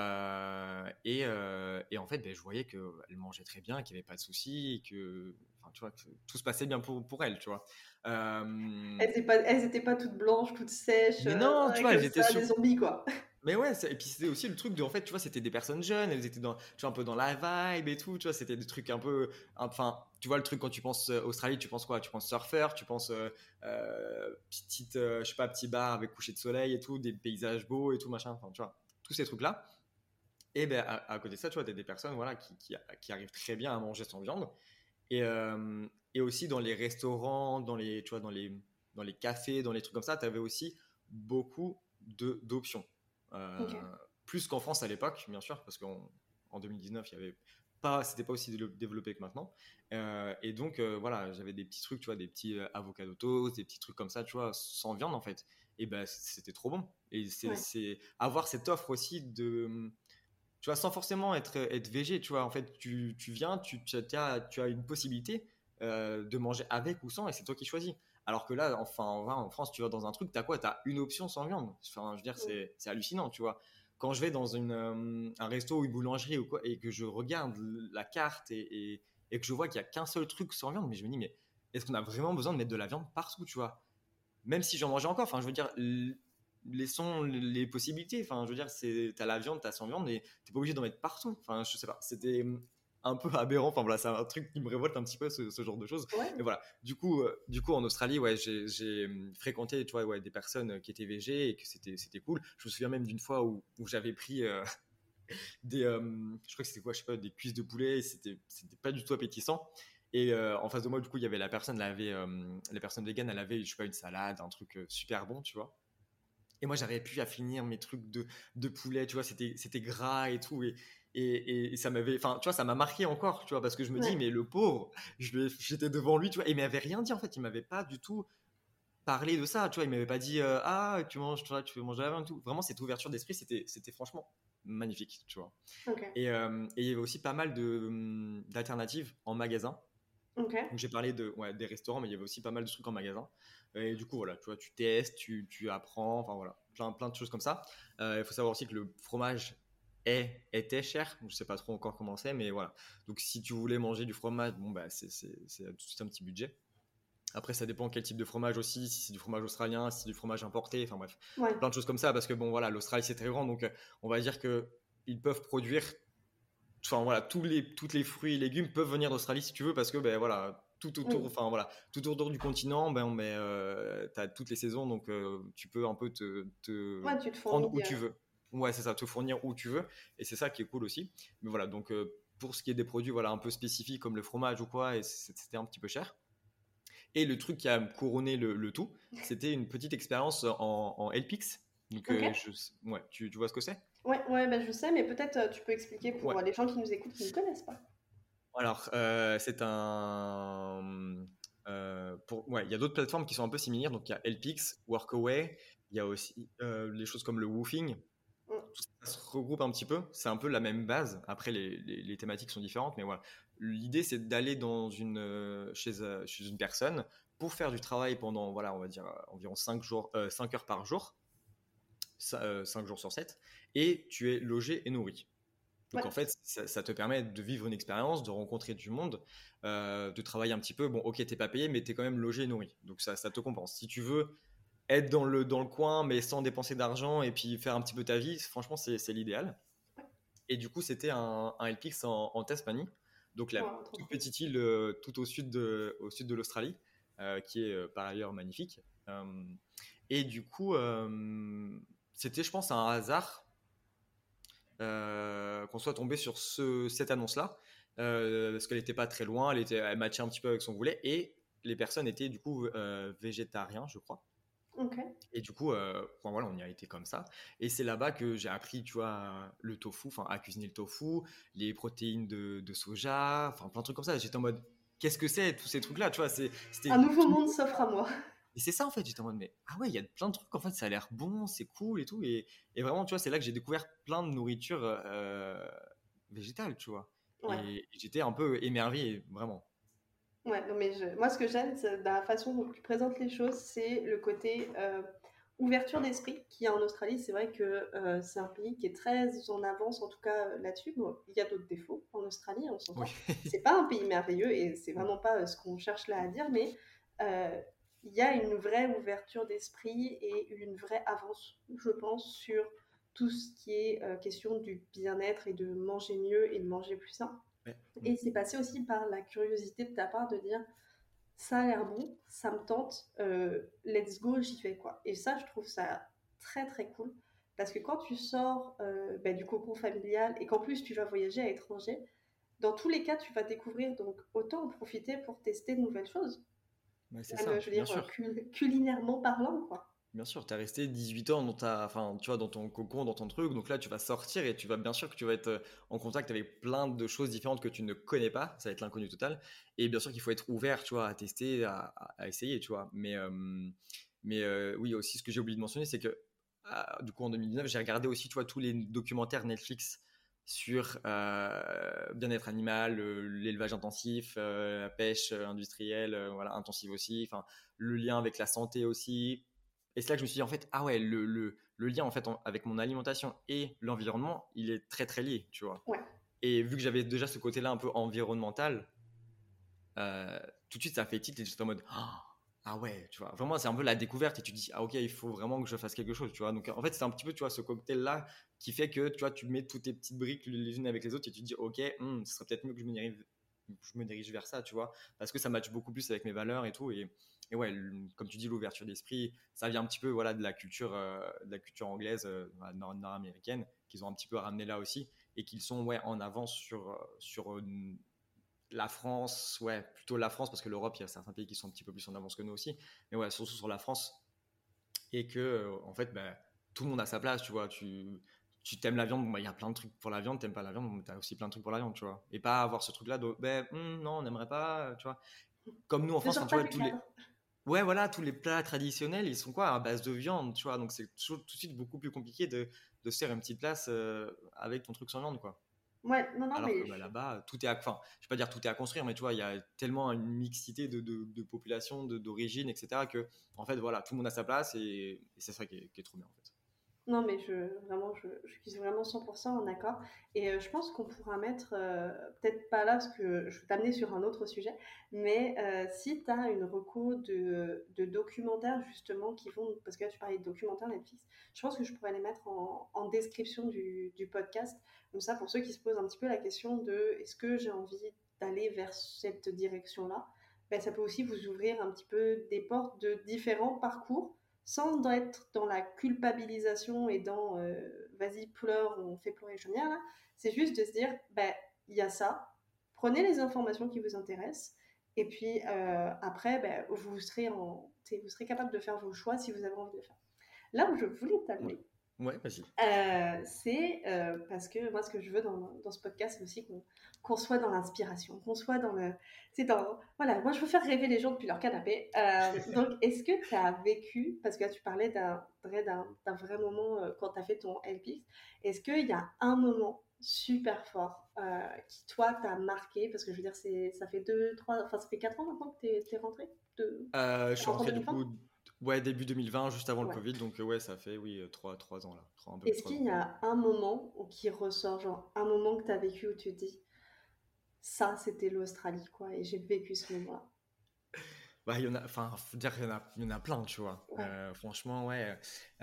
Et en fait, ben, je voyais qu'elles mangeaient très bien, qu'il n'y avait pas de soucis, et que, enfin, tu vois, que tout se passait bien pour elles, tu vois. Euh, Elles étaient pas toutes blanches, toutes sèches, mais non, tu vois, comme elles étaient ça, des sur. zombies, quoi. Mais ouais, et puis c'était aussi le truc de, en fait, tu vois, c'était des personnes jeunes, elles étaient tu vois, un peu dans la vibe et tout, tu vois, c'était des trucs un peu, enfin, tu vois, le truc quand tu penses Australie, tu penses quoi? Tu penses surfeur, tu penses petite, je sais pas, petit bar avec coucher de soleil et tout, des paysages beaux et tout, machin, enfin, tu vois, tous ces trucs-là. Et ben, à côté de ça, tu vois, t'as des personnes, voilà, qui arrivent très bien à manger sans viande. Et aussi dans les restaurants, tu vois, dans les cafés, dans les trucs comme ça, t'avais aussi beaucoup d'options. Ok. Plus qu'en France à l'époque, bien sûr, parce qu'en 2019, c'était pas aussi développé que maintenant. Et donc, voilà, j'avais des petits trucs, tu vois, des petits avocado toast, des petits trucs comme ça, tu vois, sans viande en fait. Et ben, c'était trop bon. Et Ouais. c'est avoir cette offre aussi tu vois, sans forcément être végé, tu vois, en fait, tu viens, tu as une possibilité de manger avec ou sans, et c'est toi qui choisis. Alors que là, enfin, en France, tu vas dans un truc, t'as quoi? T'as une option sans viande. Enfin, je veux dire, c'est hallucinant, tu vois. Quand je vais dans un resto ou une boulangerie ou quoi, et que je regarde la carte et que je vois qu'il y a qu'un seul truc sans viande, mais je me dis, mais est-ce qu'on a vraiment besoin de mettre de la viande partout, tu vois? Même si j'en mangeais encore, enfin, je veux dire, laissons les possibilités. Enfin, je veux dire, t'as la viande, t'as sans viande, et t'es pas obligé d'en mettre partout. Enfin, je sais pas, c'était un peu aberrant. Enfin, voilà, c'est un truc qui me révolte un petit peu, ce genre de choses. Ouais. Mais voilà, du coup, en Australie, ouais, j'ai fréquenté, tu vois, ouais, des personnes qui étaient végé et que c'était cool. Je me souviens même d'une fois où j'avais pris je crois que c'était quoi, je sais pas, des cuisses de poulet, et c'était pas du tout appétissant. Et en face de moi, du coup, il y avait la personne vegan, elle avait, je sais pas, une salade, un truc super bon, tu vois. Et moi, j'avais plus à finir mes trucs de poulet, tu vois, c'était gras et tout. Et ça m'avait, enfin, tu vois, ça m'a marqué encore, tu vois, parce que je me dis, Ouais. mais le pauvre, j'étais devant lui, tu vois, et il m'avait rien dit, en fait, il m'avait pas du tout parlé de ça, tu vois, il m'avait pas dit, ah, tu veux manger la viande et tout. Vraiment, cette ouverture d'esprit, c'était franchement magnifique, tu vois. Ok. Et il y avait aussi pas mal d'alternatives en magasin. Ok. Donc j'ai parlé ouais, des restaurants, mais il y avait aussi pas mal de trucs en magasin. Et du coup, voilà, tu vois, tu testes, tu apprends, enfin voilà, plein de choses comme ça. Il faut savoir aussi que le fromage était cher. Je sais pas trop encore comment c'est, mais voilà. Donc si tu voulais manger du fromage, bon, bah, c'est tout de suite un petit budget. Après, ça dépend quel type de fromage aussi, si c'est du fromage australien, si c'est du fromage importé, enfin bref, Ouais. plein de choses comme ça, parce que bon, voilà, l'Australie c'est très grand, donc on va dire que ils peuvent produire, enfin voilà, toutes les fruits et légumes peuvent venir d'Australie si tu veux, parce que ben voilà, tout autour, Oui. enfin voilà, tout autour du continent, ben t'as toutes les saisons, donc tu peux un peu te Ouais, tu te prendre où fournis. tu veux. Ouais, c'est ça, te fournir où tu veux, et c'est ça qui est cool aussi. Mais voilà, donc pour ce qui est des produits, voilà, un peu spécifiques comme le fromage ou quoi, et c'était un petit peu cher. Et le truc qui a couronné le tout, c'était une petite expérience en LPX. Donc, Ok. ouais, tu vois ce que c'est? Ouais, ouais, bah, je sais, mais peut-être tu peux expliquer pour Ouais. les gens qui nous écoutent qui ne connaissent pas. Alors, c'est ouais, il y a d'autres plateformes qui sont un peu similaires. Donc, il y a LPX, Workaway. Il y a aussi les choses comme le Woofing. Mm. Tout ça se regroupe un petit peu. C'est un peu la même base. Après, les thématiques sont différentes. Mais voilà. L'idée, c'est d'aller chez une personne pour faire du travail pendant, voilà, on va dire environ 5 heures par jour, 5 jours sur 7. Et tu es logé et nourri. Donc Ouais, en fait, ça te permet de vivre une expérience, de rencontrer du monde, de travailler un petit peu. Bon, ok, t'es pas payé, mais t'es quand même logé et nourri. Donc ça te compense. Si tu veux être dans le coin, mais sans dépenser d'argent et puis faire un petit peu ta vie, franchement, c'est l'idéal. Et du coup, c'était un LPX en Tasmanie, donc la ouais, trop toute cool. petite île tout au sud de l'Australie, qui est par ailleurs magnifique. Et du coup, c'était, je pense, un hasard qu'on soit tombé sur cette annonce-là, parce qu'elle n'était pas très loin, elle matchait un petit peu avec son goulet, et les personnes étaient du coup végétariens, je crois. Ok. Et du coup, enfin, voilà, on y a été comme ça. Et c'est là-bas que j'ai appris, tu vois, le tofu, enfin, à cuisiner le tofu, les protéines de soja, enfin, plein de trucs comme ça. J'étais en mode, qu'est-ce que c'est, tous ces trucs-là, tu vois, Un c'était nouveau tout monde nouveau. s'offre à moi. Et c'est ça, en fait, j'étais en mode, mais ah ouais, il y a plein de trucs, en fait, ça a l'air bon, c'est cool et tout. Et vraiment, tu vois, c'est là que j'ai découvert plein de nourriture végétale, tu vois. Ouais. Et j'étais un peu émerveillé, vraiment. Ouais, non, mais moi, ce que j'aime c'est dans la façon dont tu présentes les choses, c'est le côté ouverture d'esprit qu'il y a en Australie. C'est vrai que c'est un pays qui est très en avance, en tout cas là-dessus. Bon, il y a d'autres défauts en Australie, on Oui. s'entend. C'est pas un pays merveilleux et c'est vraiment pas ce qu'on cherche là à dire, mais euh, il y a une vraie ouverture d'esprit et une vraie avance, je pense, sur tout ce qui est question du bien-être et de manger mieux et de manger plus sain. Ouais. Mm. Et c'est passé aussi par la curiosité de ta part de dire ça a l'air bon, ça me tente, let's go, j'y vais quoi. Et ça, je trouve ça très très cool parce que quand tu sors bah, du cocon familial et qu'en plus tu vas voyager à l'étranger, dans tous les cas, tu vas découvrir, donc autant en profiter pour tester de nouvelles choses. Ouais, c'est Même, ça, je veux bien dire, sûr. culinairement parlant, quoi. Bien sûr, tu as resté 18 ans enfin, tu vois, dans ton cocon, dans ton truc. Donc là, tu vas sortir et tu vas bien sûr que tu vas être en contact avec plein de choses différentes que tu ne connais pas. Ça va être l'inconnu total. Et bien sûr qu'il faut être ouvert, tu vois, à tester, à essayer, tu vois. Mais oui, aussi, ce que j'ai oublié de mentionner, c'est que du coup, en 2019, j'ai regardé aussi, tu vois, tous les documentaires Netflix sur bien-être animal, l'élevage intensif, la pêche industrielle, voilà, intensive aussi, enfin, le lien avec la santé aussi. Et c'est là que je me suis dit, en fait, ah ouais, le lien en fait, avec mon alimentation et l'environnement, il est très très lié, tu vois. Ouais. Et vu que j'avais déjà ce côté-là un peu environnemental, euh, tout de suite ça fait tilt et j'étais en mode ah ouais, tu vois, vraiment c'est un peu la découverte et tu te dis ah ok, il faut vraiment que je fasse quelque chose, tu vois. Donc en fait c'est un petit peu, tu vois, ce cocktail là qui fait que tu vois, tu mets toutes tes petites briques les unes avec les autres et tu te dis ok, ce serait peut-être mieux que je me dirige vers ça, tu vois, parce que ça matche beaucoup plus avec mes valeurs et tout. Et ouais, comme tu dis, l'ouverture d'esprit, ça vient un petit peu, voilà, de la culture anglaise, nord-américaine, qu'ils ont un petit peu ramené là aussi, et qu'ils sont, ouais, en avance sur la France, ouais, plutôt la France, parce que l'Europe, il y a certains pays qui sont un petit peu plus en avance que nous aussi, mais ouais, surtout sur la France, et que, en fait, bah, tout le monde a sa place, tu vois. Tu t'aimes la viande, bon, bah, il y a plein de trucs pour la viande, t'aimes pas la viande, bon, t'as aussi plein de trucs pour la viande, tu vois. Et pas avoir ce truc-là de, ben, non, on n'aimerait pas, tu vois. Comme nous en Ne France, enfin, sors tu pas vois, du cadre. ouais, voilà, tous les plats traditionnels, ils sont quoi, à base de viande, tu vois. Donc c'est tout de suite beaucoup plus compliqué de se faire une petite place avec ton truc sans viande, quoi. Ouais, non, non, Alors que mais bah, là-bas, tout est enfin, je vais pas dire tout est à construire, mais tu vois, il y a tellement une mixité de population, d'origine, etc., que, en fait, voilà, tout le monde a sa place et c'est ça qui est trop bien, en fait. non, mais vraiment, je suis vraiment 100% en accord. Et je pense qu'on pourra mettre, peut-être pas là, parce que je vais t'amener sur un autre sujet, mais si tu as une reco de documentaires, justement, qui vont, parce que là, tu parlais de documentaires Netflix, je pense que je pourrais les mettre en description du podcast. Comme ça, pour ceux qui se posent un petit peu la question de est-ce que j'ai envie d'aller vers cette direction-là, ben, ça peut aussi vous ouvrir un petit peu des portes de différents parcours sans être dans la culpabilisation et dans vas-y pleure, on fait pleurer Junior là. C'est juste de se dire ben il y a ça, prenez les informations qui vous intéressent et puis après ben, vous serez capable de faire vos choix si vous avez envie de le faire. Là où je voulais Ouais, t'amener, ouais, vas-y. c'est parce que moi, ce que je veux dans ce podcast, c'est aussi qu'on soit dans l'inspiration, qu'on soit dans le. C'est dans. Voilà, moi, je veux faire rêver les gens depuis leur canapé. Donc, est-ce que tu as vécu, parce que là, tu parlais d'un vrai moment quand tu as fait ton LPX, est-ce qu'il y a un moment super fort qui, toi, t'a marqué? Parce que je veux dire, ça fait 2, 3, enfin, ça fait 4 ans maintenant que tu es rentré? Je T'es suis rentré en rentré, du 2020? coup, ouais, début 2020, juste avant le Ouais. Covid, donc ouais, ça fait, oui, 3 ans, là, un peu plus de Est-ce 3 qu'il ans. y a un moment qui ressort, genre un moment que tu as vécu où tu te dis, ça c'était l'Australie, quoi, et j'ai vécu ce moment-là. Bah, il y en a, enfin, faut dire qu'il y en a plein, tu vois. Ouais. Franchement, ouais.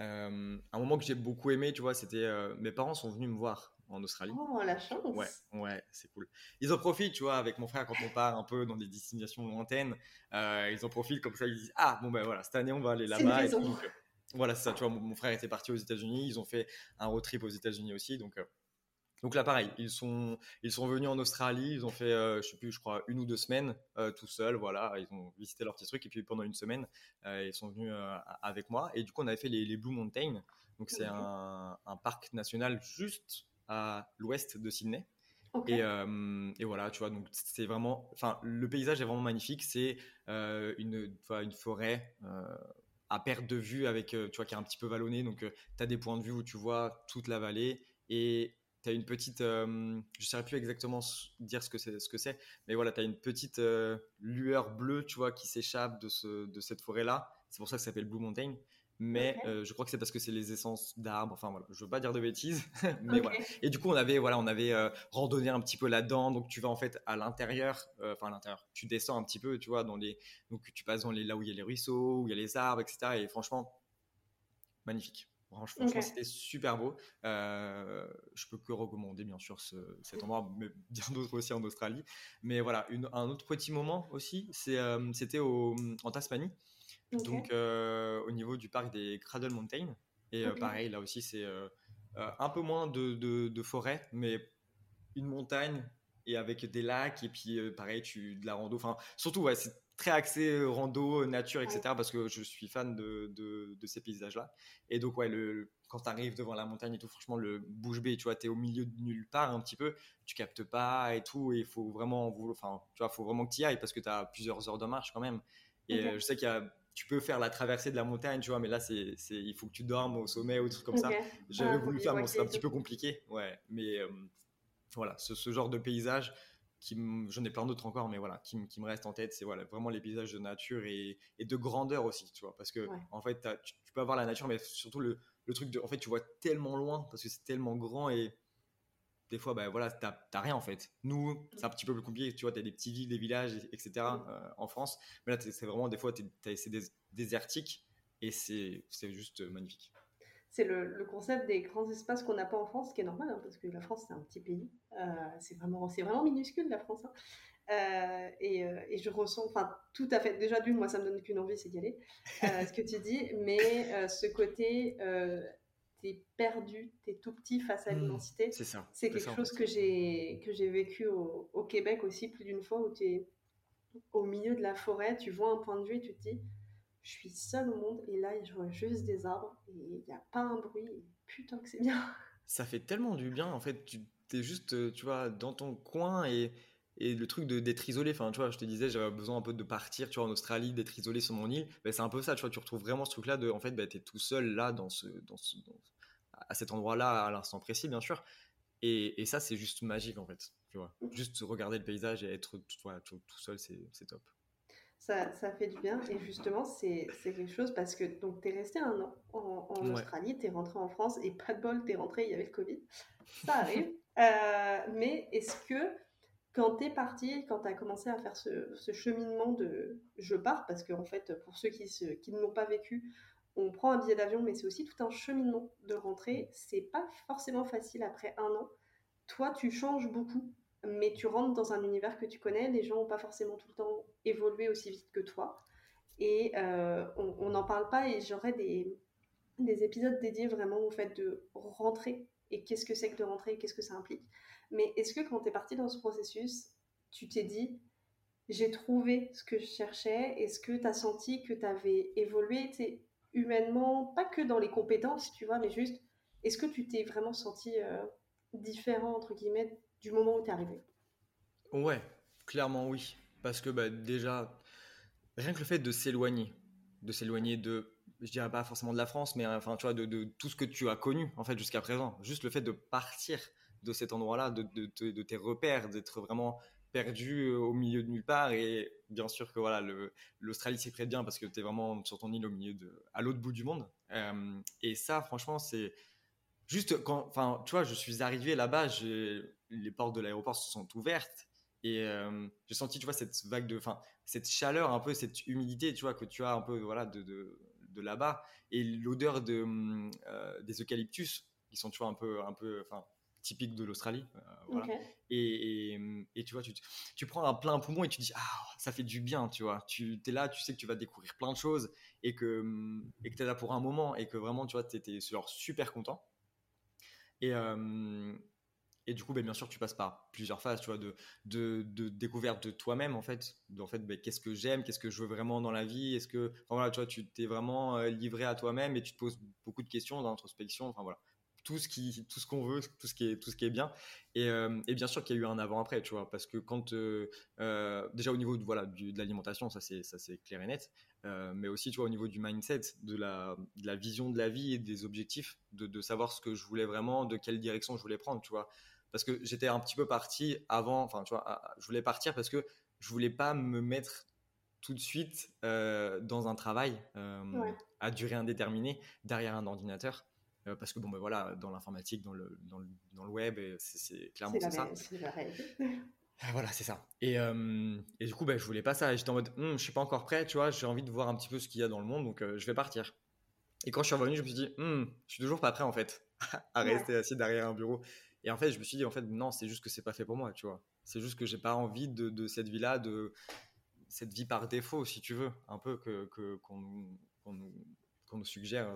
Un moment que j'ai beaucoup aimé, tu vois, c'était mes parents sont venus me voir en Australie. Oh, la Donc, ouais, chance! ouais, c'est cool. Ils en profitent, tu vois, avec mon frère, quand on part un peu dans des destinations lointaines, ils en profitent comme ça, ils disent, ah, bon, ben voilà, cette année, on va aller C'est une là-bas et tout. raison. Donc, voilà, c'est ça, tu vois, mon frère était parti aux États-Unis, ils ont fait un road trip aux États-Unis aussi. Donc là, pareil, ils sont venus en Australie, ils ont fait, je sais plus, je crois, 1 ou 2 semaines tout seuls, voilà, ils ont visité leurs petits trucs, et puis pendant une semaine, ils sont venus avec moi, et du coup, on avait fait les Blue Mountains, donc c'est Ok. un parc national juste à l'ouest de Sydney, Ok. et voilà, tu vois, donc c'est vraiment, enfin, le paysage est vraiment magnifique, c'est une forêt à perte de vue avec, tu vois, qui est un petit peu vallonnée, donc tu as des points de vue où tu vois toute la vallée, et tu as une petite, je ne saurais plus exactement dire ce que c'est, mais voilà, tu as une petite lueur bleue, tu vois, qui s'échappe de cette forêt-là. C'est pour ça que ça s'appelle Blue Mountain. Mais Ok. je crois que c'est parce que c'est les essences d'arbres. Enfin voilà, je veux pas dire de bêtises, mais Ok. voilà. Et du coup, on avait randonné un petit peu là-dedans. Donc tu vas en fait à l'intérieur, enfin à l'intérieur. Tu descends un petit peu, tu vois, donc tu passes là où il y a les ruisseaux, où il y a les arbres, etc. Et franchement, magnifique. Ok. Franchement, c'était super beau. Je peux que recommander, bien sûr, cet endroit, mais bien d'autres aussi en Australie. Mais voilà, un autre petit moment aussi, c'était en Tasmanie, Ok. donc au niveau du parc des Cradle Mountain. Et Ok. pareil, là aussi, c'est un peu moins de forêt, mais une montagne et avec des lacs et puis pareil de la rando, enfin surtout ouais, c'est très axé rando nature, Ouais. etc., parce que je suis fan de ces paysages là. Et donc ouais, quand tu arrives devant la montagne et tout, franchement le bouche bée, tu vois, t'es au milieu de nulle part un petit peu, tu captes pas et tout, et il faut vraiment enfin tu vois, faut vraiment que tu y ailles parce que tu as plusieurs heures de marche quand même. Et Ok. je sais tu peux faire la traversée de la montagne, tu vois, mais là il faut que tu dormes au sommet ou des trucs comme Ok. ça. J'avais Ah, faut voulu faire, bon, c'est un bivouaquer et petit tout. peu compliqué, ouais, mais Voilà, ce genre de paysage j'en ai plein d'autres encore, mais voilà, qui me reste en tête, c'est voilà, vraiment les paysages de nature et de grandeur aussi, tu vois, parce que Ouais. en fait, tu peux avoir la nature, mais surtout le truc de, en fait, tu vois tellement loin parce que c'est tellement grand et des fois, bah voilà, t'as rien en fait. Nous, c'est un petit peu plus compliqué, tu vois, t'as des petites villes, des villages, etc. En France, mais là, c'est vraiment des fois, c'est désertique et c'est juste magnifique. C'est le concept des grands espaces qu'on n'a pas en France, ce qui est normal, hein, parce que la France, c'est un petit pays. C'est vraiment minuscule, la France. Hein. Et je ressens, enfin, tout à fait. Déjà, d'une, moi, ça me donne qu'une envie, c'est d'y aller. Ce que tu dis, mais ce côté, t'es perdu, t'es tout petit face à l'immensité. C'est C'est quelque ça en chose fait. que j'ai vécu au Québec aussi plus d'une fois, où tu es au milieu de la forêt, tu vois un point de vue et tu te dis, je suis seule au monde et là, je vois juste des arbres et il n'y a pas un bruit. Et putain que c'est bien. Ça fait tellement du bien en fait, tu t'es juste, tu vois, dans ton coin et le truc d'être isolé, enfin tu vois, je te disais, j'avais besoin un peu de partir, tu vois, en Australie, d'être isolé sur mon île, ben, c'est un peu ça, tu vois, tu retrouves vraiment ce truc-là de, en fait, ben, t'es tout seul là, à cet endroit-là, à l'instant précis, bien sûr, et ça, c'est juste magique en fait, tu vois, juste regarder le paysage et être voilà, tout seul, c'est top. Ça fait du bien et justement, c'est quelque chose parce que donc tu es resté un an en Ouais. Australie, tu es rentré en France et pas de bol, tu es rentré, il y avait le Covid. Ça arrive. Mais est-ce que quand tu es parti, quand tu as commencé à faire ce cheminement de je pars, parce qu'en fait, pour ceux qui ne l'ont pas vécu, on prend un billet d'avion, mais c'est aussi tout un cheminement de rentrer. C'est pas forcément facile après un an. Toi, tu changes beaucoup, mais tu rentres dans un univers que tu connais. Les gens n'ont pas forcément tout le temps évolué aussi vite que toi. Et on n'en parle pas et j'aurais des épisodes dédiés vraiment au fait de rentrer et qu'est-ce que c'est que de rentrer et qu'est-ce que ça implique. Mais est-ce que quand tu es parti dans ce processus, tu t'es dit, j'ai trouvé ce que je cherchais? Est-ce que tu as senti que tu avais évolué humainement, pas que dans les compétences, tu vois, mais juste, est-ce que tu t'es vraiment senti différent, entre guillemets, du moment où tu es arrivé? Ouais, clairement oui, parce que bah, déjà, rien que le fait de s'éloigner de, je dirais pas forcément de la France, mais enfin, tu vois, de tout ce que tu as connu, en fait, jusqu'à présent. Juste le fait de partir de cet endroit-là, de tes repères, d'être vraiment perdu au milieu de nulle part. Et bien sûr que voilà, l'Australie s'y prête bien parce que tu es vraiment sur ton île à l'autre bout du monde. Et ça, franchement, c'est juste quand, enfin, tu vois, je suis arrivé là-bas, les portes de l'aéroport se sont ouvertes et j'ai senti, tu vois, cette vague enfin, cette chaleur, un peu, cette humidité, tu vois, que tu as un peu, voilà, de là-bas et l'odeur des eucalyptus qui sont, tu vois, enfin, typiques de l'Australie, Ok. voilà. Et tu vois, tu prends un plein poumon et tu te dis, ah, ça fait du bien, tu vois. Tu es là, tu sais que tu vas découvrir plein de choses et que tu es là pour un moment et que vraiment, tu vois, tu étais genre super content. Et, et du coup, ben, bien sûr, tu passes par plusieurs phases, tu vois, de découverte de toi-même, en fait. En fait, ben, qu'est-ce que j'aime, qu'est-ce que je veux vraiment dans la vie, est-ce que, enfin, voilà, tu vois, tu t'es vraiment livré à toi-même et tu te poses beaucoup de questions d'introspection, enfin voilà, tout ce qu'on veut, tout ce qui est bien. Et bien sûr qu'il y a eu un avant-après, tu vois, parce que quand, déjà au niveau de, voilà, de l'alimentation, ça c'est clair et net, mais aussi, tu vois, au niveau du mindset, de la vision de la vie et des objectifs, de savoir ce que je voulais vraiment, de quelle direction je voulais prendre, tu vois. Parce que j'étais un petit peu parti avant, enfin, tu vois, je voulais partir parce que je voulais pas me mettre tout de suite dans un travail Ouais. à durée indéterminée derrière un ordinateur. Parce que bon, ben voilà, dans l'informatique, dans le web, clairement c'est ça. C'est la réalité. Ah, voilà, c'est ça. Et du coup, ben, je voulais pas ça. Et j'étais en mode, je suis pas encore prêt, tu vois, j'ai envie de voir un petit peu ce qu'il y a dans le monde, donc je vais partir. Et quand je suis revenu, je me suis dit, je suis toujours pas prêt en fait à Ouais. rester assis derrière un bureau. Et en fait, je me suis dit, en fait, non, c'est juste que c'est pas fait pour moi, tu vois. C'est juste que j'ai pas envie de cette vie-là, de cette vie par défaut, si tu veux, un peu qu'on nous, qu'on nous suggère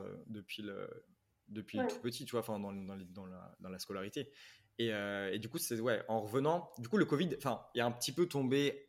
depuis Ouais. tout petit, tu vois, enfin, dans la scolarité. Et du coup, c'est, ouais, en revenant, du coup, le Covid, enfin, il est un petit peu tombé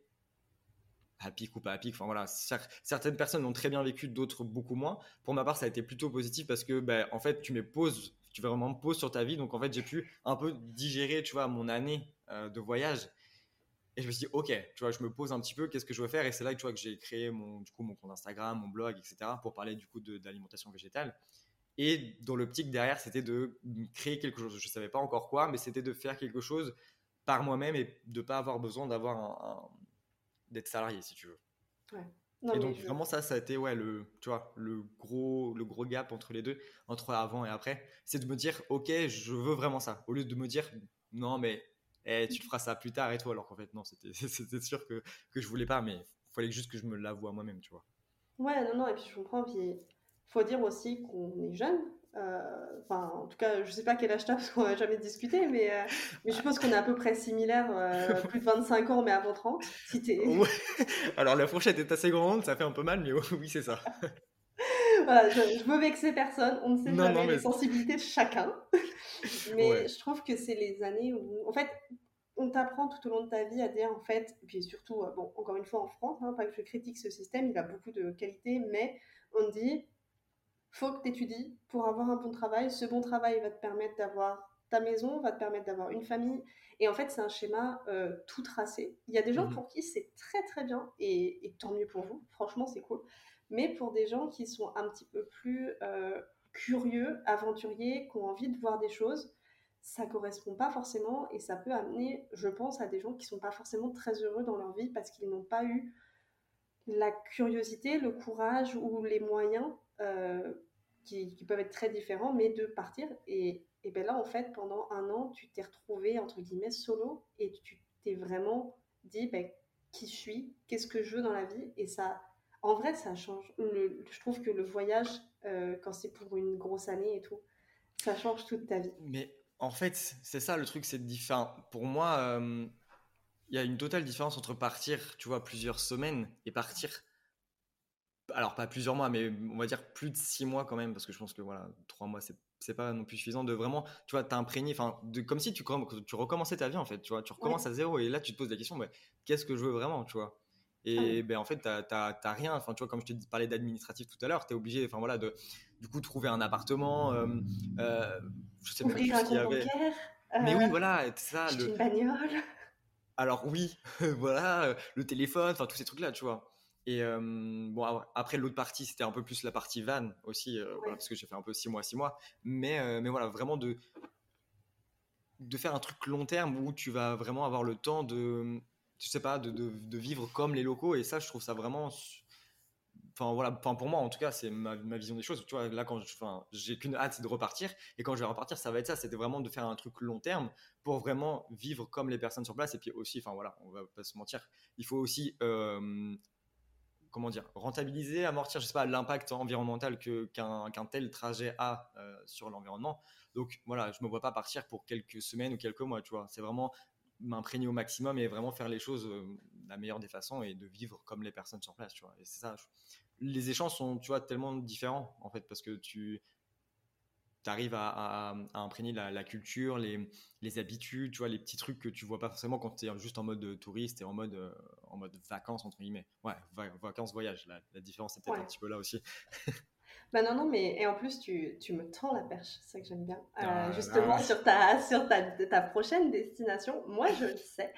à pic ou pas à pic. Enfin voilà, certaines personnes l'ont très bien vécu, d'autres beaucoup moins. Pour ma part, ça a été plutôt positif parce que, ben, en fait, tu fais vraiment pause sur ta vie. Donc, en fait, j'ai pu un peu digérer, tu vois, mon année de voyage. Et je me suis dit, ok, tu vois, je me pose un petit peu, qu'est-ce que je veux faire? Et c'est là que, tu vois, que j'ai créé mon compte Instagram, mon blog, etc. pour parler du coup d'alimentation végétale. Et dans l'optique derrière, c'était de créer quelque chose. Je ne savais pas encore quoi, mais c'était de faire quelque chose par moi-même et de pas avoir besoin d'être salarié, si tu veux. Ouais. Non, Et mais donc vraiment ça a été ouais tu vois le gros gap entre les deux, entre avant et après, c'est de me dire ok je veux vraiment ça, au lieu de me dire non mais tu le feras ça plus tard et tout, alors qu'en fait non c'était sûr que je voulais pas, mais il fallait juste que je me l'avoue à moi-même, tu vois. Ouais, non, non, et puis je comprends. Puis faut dire aussi qu'on est jeune. Enfin, en tout cas, je sais pas quel âge t'as parce qu'on n'a jamais discuté, mais je suppose qu'on est à peu près similaires, plus de 25 ans, mais avant 30. Si Ouais. t'es... Alors la fourchette est assez grande, ça fait un peu mal, mais oui c'est ça. Voilà, je veux vexer personne, on ne sait Non non jamais les mais sensibilités de chacun. Mais ouais. je trouve que c'est les années où, en fait, on t'apprend tout au long de ta vie à dire, en fait, et puis surtout, bon, encore une fois en France, hein, pas que je critique ce système, il a beaucoup de qualités, mais on dit, faut que tu étudies pour avoir un bon travail. Ce bon travail va te permettre d'avoir ta maison, va te permettre d'avoir une famille. Et en fait, c'est un schéma tout tracé. Il y a des gens Mhm. pour qui c'est très très bien, et tant mieux pour vous, franchement, c'est cool. Mais pour des gens qui sont un petit peu plus curieux, aventuriers, qui ont envie de voir des choses, ça correspond pas forcément et ça peut amener, je pense, à des gens qui sont pas forcément très heureux dans leur vie parce qu'ils n'ont pas eu la curiosité, le courage ou les moyens qui peuvent être très différents, mais de partir. Et ben là, en fait, pendant un an, tu t'es retrouvé, entre guillemets, solo, et tu t'es vraiment dit, ben, qui je suis, qu'est-ce que je veux dans la vie, et ça, en vrai, ça change. Je trouve que le voyage, quand c'est pour une grosse année et tout, ça change toute ta vie. Mais en fait c'est ça le truc, c'est différent pour moi. Il y a une totale différence entre partir, tu vois, plusieurs semaines et partir, alors pas plusieurs mois, mais on va dire plus de 6 mois quand même, parce que je pense que voilà, 3 mois, c'est pas non plus suffisant de vraiment, tu vois, t'imprégner, enfin, comme si tu recommençais ta vie en fait, tu vois, tu Ouais. recommences à zéro et là tu te poses la question, mais qu'est-ce que je veux vraiment, tu vois? Ah oui. Et ben en fait, t'as rien, enfin, tu vois, comme je te parlais d'administratif tout à l'heure, t'es obligé, enfin voilà, du coup, trouver un appartement, euh, je sais même plus Ouvrir ce un qu'il y compte avait. bancaire, Mais oui, voilà, c'est ça, acheter une bagnole. alors oui, voilà, le téléphone, enfin tous ces trucs-là, tu vois. Et bon, après l'autre partie, c'était un peu plus la partie van aussi, voilà, Ouais. parce que j'ai fait un peu 6 mois, 6 mois. Mais voilà, vraiment de faire un truc long terme où tu vas vraiment avoir le temps de, je sais pas, de vivre comme les locaux. Et ça, je trouve ça vraiment, enfin voilà, enfin pour moi en tout cas, c'est ma vision des choses. Tu vois, là enfin, j'ai qu'une hâte, c'est de repartir. Et quand je vais repartir, ça va être ça. C'était vraiment de faire un truc long terme pour vraiment vivre comme les personnes sur place. Et puis aussi, enfin voilà, on va pas se mentir, il faut aussi comment dire, rentabiliser, amortir, je sais pas, l'impact environnemental qu'un tel trajet a sur l'environnement. Donc voilà, je me vois pas partir pour quelques semaines ou quelques mois, tu vois. C'est vraiment m'imprégner au maximum et vraiment faire les choses de la meilleure des façons et de vivre comme les personnes sur place, tu vois. Et c'est ça. Les échanges sont, tu vois, tellement différents en fait parce que tu arrives à imprégner la culture, les habitudes, tu vois, les petits trucs que tu vois pas forcément quand tu es juste en mode touriste et en mode vacances, entre guillemets. Ouais, vacances, voyage. La différence est peut-être un Ouais. petit peu là aussi. Bah non, non, mais et en plus, tu me tends la perche, c'est ça que j'aime bien. Ah, Justement, là, sur ta prochaine destination, moi je le sais,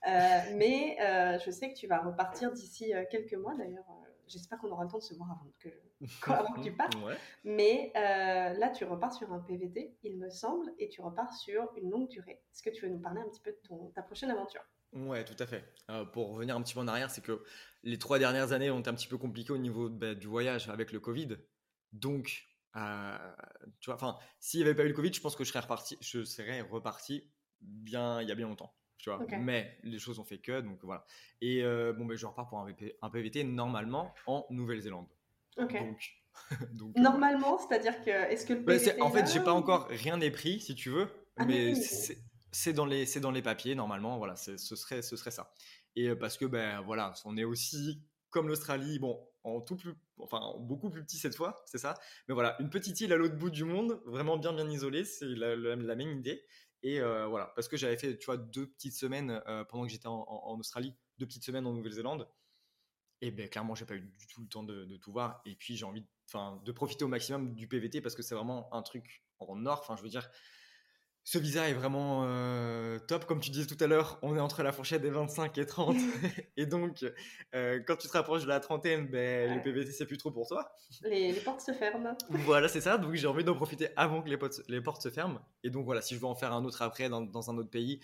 je sais que tu vas repartir d'ici quelques mois d'ailleurs. J'espère qu'on aura le temps de se voir avant que tu partes. ouais. Mais là, tu repars sur un PVT, il me semble, et tu repars sur une longue durée. Est-ce que tu veux nous parler un petit peu de ta prochaine aventure? Ouais, tout à fait. Pour revenir un petit peu en arrière, c'est que les 3 dernières années ont été un petit peu compliquées au niveau du voyage avec le Covid. Donc, tu vois, enfin, s'il n'y avait pas eu le Covid, je pense que je serais reparti bien, il y a bien longtemps. Tu vois, Ok, mais les choses ont fait que, donc voilà. Et bon, ben, je repars pour un PVT normalement en Nouvelle-Zélande. ok. Donc, donc voilà. Normalement, c'est-à-dire que, est-ce que le En PVT est fait, là j'ai pas ou... encore rien n'est pris, si tu veux, Ah mais mais oui, c'est dans les papiers normalement. Voilà, ce serait ça. Et parce que ben voilà, on est aussi comme l'Australie, bon, enfin en beaucoup plus petit cette fois, c'est ça. Mais voilà, une petite île à l'autre bout du monde, vraiment bien bien isolée, c'est la même idée. Et voilà, parce que j'avais fait, tu vois, 2 petites semaines pendant que j'étais en Australie, 2 petites semaines en Nouvelle-Zélande. Et ben clairement, j'ai pas eu du tout le temps de tout voir. Et puis j'ai envie, enfin, de profiter au maximum du PVT parce que c'est vraiment un truc en or. Enfin, je veux dire, ce visa est vraiment top. Comme tu disais tout à l'heure, on est entre la fourchette des 25 et 30. Et donc, quand tu te rapproches de la trentaine, ben, le ouais. PVT, c'est plus trop pour toi. Les portes se ferment. Voilà, c'est ça. Donc, j'ai envie d'en profiter avant que les portes se ferment. Et donc, voilà, si je veux en faire un autre après, dans un autre pays,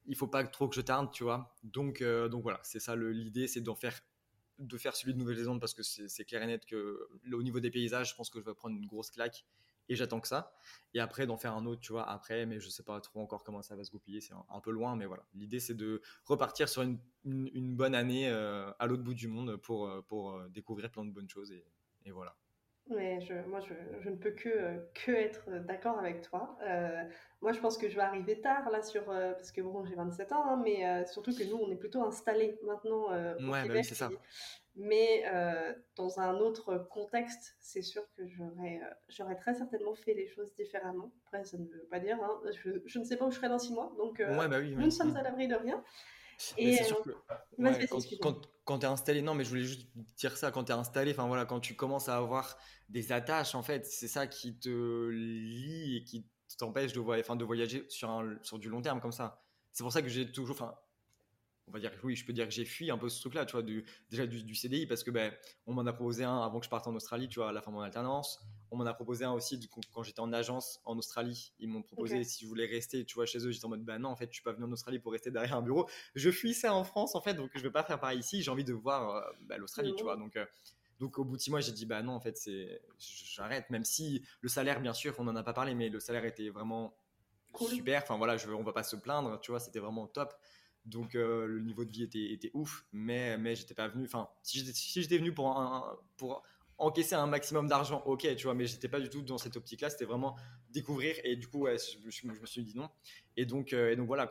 il faut pas trop que je tarde, tu vois. Donc voilà, c'est ça l'idée, c'est de faire celui de Nouvelle-Zélande parce que c'est clair et net que au niveau des paysages, je pense que je vais prendre une grosse claque et j'attends que ça. Et après, d'en faire un autre, tu vois, après, mais je sais pas trop encore comment ça va se goupiller, c'est un peu loin, mais voilà. L'idée, c'est de repartir sur une bonne année à l'autre bout du monde pour découvrir plein de bonnes choses et voilà. Mais je ne peux que être d'accord avec toi. Moi, je pense que je vais arriver tard là parce que bon, j'ai 27 ans, hein, mais surtout que nous, on est plutôt installés maintenant au Ouais, bah oui, Québec. c'est ça. Mais dans un autre contexte, c'est sûr que j'aurais très certainement fait les choses différemment. Après, ça ne veut pas dire, hein, je ne sais pas où je serai dans 6 mois, donc Ouais, bah oui, nous ne oui. sommes à l'abri de rien. Mais Et c'est sûr que, vas-y, ouais, vas-y, excuse-moi. quand tu es installé, non, mais je voulais juste dire ça, quand tu es installé, enfin voilà, quand tu commences à avoir des attaches, en fait, c'est ça qui te lie et qui t'empêche de voyager sur du long terme comme ça. C'est pour ça que j'ai toujours, enfin, on va dire, oui, je peux dire que j'ai fui un peu ce truc-là, tu vois, déjà du CDI, parce que ben, on m'en a proposé un avant que je parte en Australie, tu vois, à la fin de mon alternance. On m'en a proposé un aussi quand j'étais en agence en Australie. Ils m'ont Ok. proposé si je voulais rester, tu vois, chez eux. J'étais en mode, bah non, en fait, je suis pas venu en Australie pour rester derrière un bureau. Je fuis ça en France, en fait, donc je vais pas faire pareil ici. J'ai envie de voir bah, Le l'Australie, tu vois. monde. Donc au bout de 6 mois, j'ai dit, bah non, en fait, j'arrête. Même si le salaire, bien sûr, on n'en a pas parlé, mais le salaire était vraiment Cool. super. Enfin voilà, on va pas se plaindre, tu vois, c'était vraiment top. Donc le niveau de vie était ouf, mais j'étais pas venu. Enfin, si j'étais venu pour encaisser un maximum d'argent, ok, tu vois, mais j'étais pas du tout dans cette optique-là. C'était vraiment découvrir. Et du coup, ouais, je me suis dit non. Et donc voilà,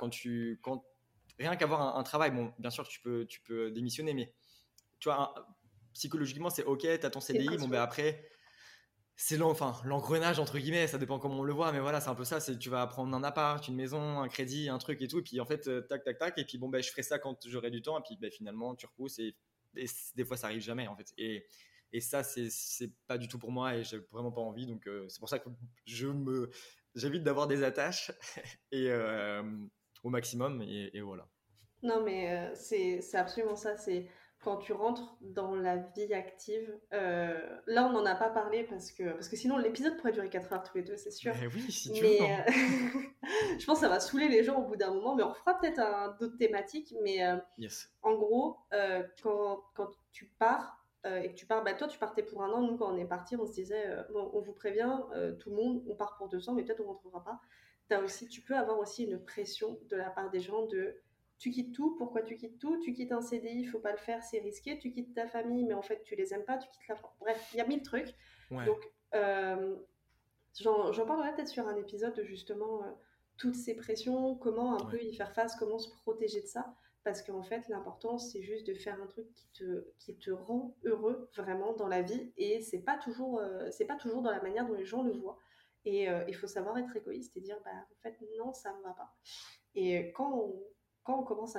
rien qu'avoir un travail, bon, bien sûr, tu peux démissionner, mais tu vois, psychologiquement, c'est ok, t'as ton C'est CDI, bon ben précieux. après, enfin, l'engrenage entre guillemets, ça dépend comment on le voit, mais voilà, c'est un peu ça. C'est tu vas prendre un appart, une maison, un crédit, un truc et tout, et puis en fait, tac, tac, tac, et puis bon, ben, je ferai ça quand j'aurai du temps, et puis ben, finalement, tu repousses, et des fois, ça arrive jamais en fait. Et ça, c'est pas du tout pour moi, et j'ai vraiment pas envie, donc c'est pour ça que j'évite d'avoir des attaches et au maximum, et voilà. Non, mais c'est absolument ça. C'est quand tu rentres dans la vie active. Là, on n'en a pas parlé parce que sinon l'épisode pourrait durer 4 heures tous les deux, c'est sûr. Mais oui, si tu veux, Mais hein. je pense que ça va saouler les gens au bout d'un moment. Mais on fera peut-être d'autres thématiques. Mais Yes. en gros, quand tu pars et que tu pars, bah, toi, tu partais pour un an. Nous, quand on est parti, on se disait bon, on vous prévient, tout le monde, on part pour 2 ans, mais peut-être on rentrera pas. Tu peux avoir aussi une pression de la part des gens de tu quittes tout, pourquoi tu quittes tout? Tu quittes un CDI, il faut pas le faire, c'est risqué. Tu quittes ta famille, mais en fait tu les aimes pas, tu quittes la France. Bref, il y a mille trucs. Ouais, Donc j'en parlerai peut-être sur un épisode de justement toutes ces pressions, comment un ouais. peu y faire face, comment se protéger de ça. Parce qu'en fait, l'important, c'est juste de faire un truc qui te rend heureux vraiment dans la vie. Et c'est pas toujours dans la manière dont les gens le voient. Et il faut savoir être égoïste et dire, bah, en fait, non, ça ne va pas. Et quand on commence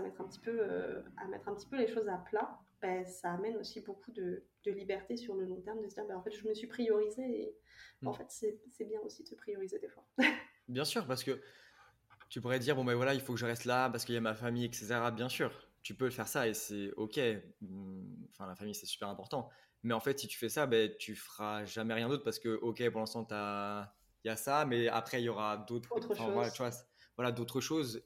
à mettre un petit peu les choses à plat, ben, ça amène aussi beaucoup de liberté sur le long terme, de se dire, ben, en fait, je me suis priorisée et en Mm. fait, c'est bien aussi de se prioriser des fois. Bien sûr, parce que tu pourrais dire, bon ben voilà, il faut que je reste là parce qu'il y a ma famille, etc. Bien sûr, tu peux faire ça et c'est ok. Enfin, la famille, c'est super important. Mais en fait, si tu fais ça, ben, tu feras jamais rien d'autre parce que, ok, pour l'instant, il y a ça, mais après, il y aura d'autres, Autre enfin, voilà, tu chose. vois, voilà, d'autres choses.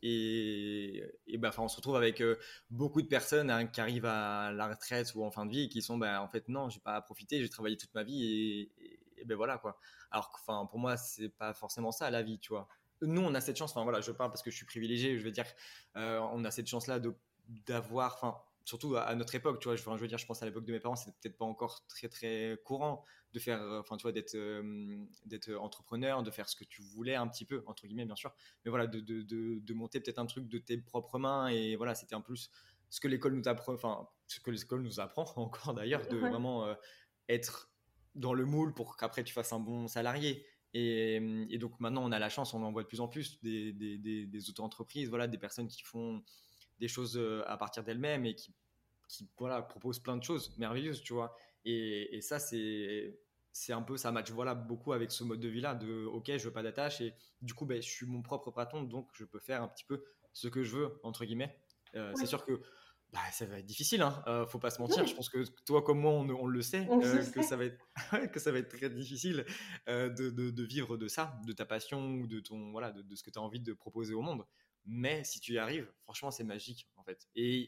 Et ben, enfin, on se retrouve avec beaucoup de personnes hein, qui arrivent à la retraite ou en fin de vie et qui sont, ben, en fait, non, j'ai pas profité, j'ai travaillé toute ma vie et ben voilà, quoi. Alors que, enfin, pour moi, c'est pas forcément ça, la vie, tu vois. Nous, on a cette chance, enfin voilà, je parle parce que je suis privilégié, je veux dire, on a cette chance-là d'avoir, enfin, surtout à notre époque, tu vois, je veux dire, je pense à l'époque de mes parents, c'était peut-être pas encore très très courant de faire, enfin, tu vois, d'être entrepreneur, de faire ce que tu voulais un petit peu, entre guillemets, bien sûr, mais voilà, de monter peut-être un truc de tes propres mains, et voilà, c'était en plus ce que l'école nous apprend, enfin, ce que l'école nous apprend encore d'ailleurs, de Ouais. vraiment être dans le moule pour qu'après tu fasses un bon salarié. Et donc maintenant, on a la chance, on en voit de plus en plus des auto-entreprises, voilà, des personnes qui font des choses à partir d'elles-mêmes et qui voilà, proposent plein de choses merveilleuses, tu vois. Et ça, c'est un peu, ça match voilà, beaucoup avec ce mode de vie-là, de ok, je veux pas d'attache, et du coup, ben, je suis mon propre patron, donc je peux faire un petit peu ce que je veux, entre guillemets. C'est Ouais. sûr que bah, ça va être difficile, hein. Faut pas se Non, mentir. Je mais pense que toi comme moi, on le sait, on se que sait. ça va être, que ça va être très difficile de vivre de ça, de ta passion ou de ton, voilà, de ce que tu as envie de proposer au monde. mais si tu y arrives, franchement, c'est magique en fait. Et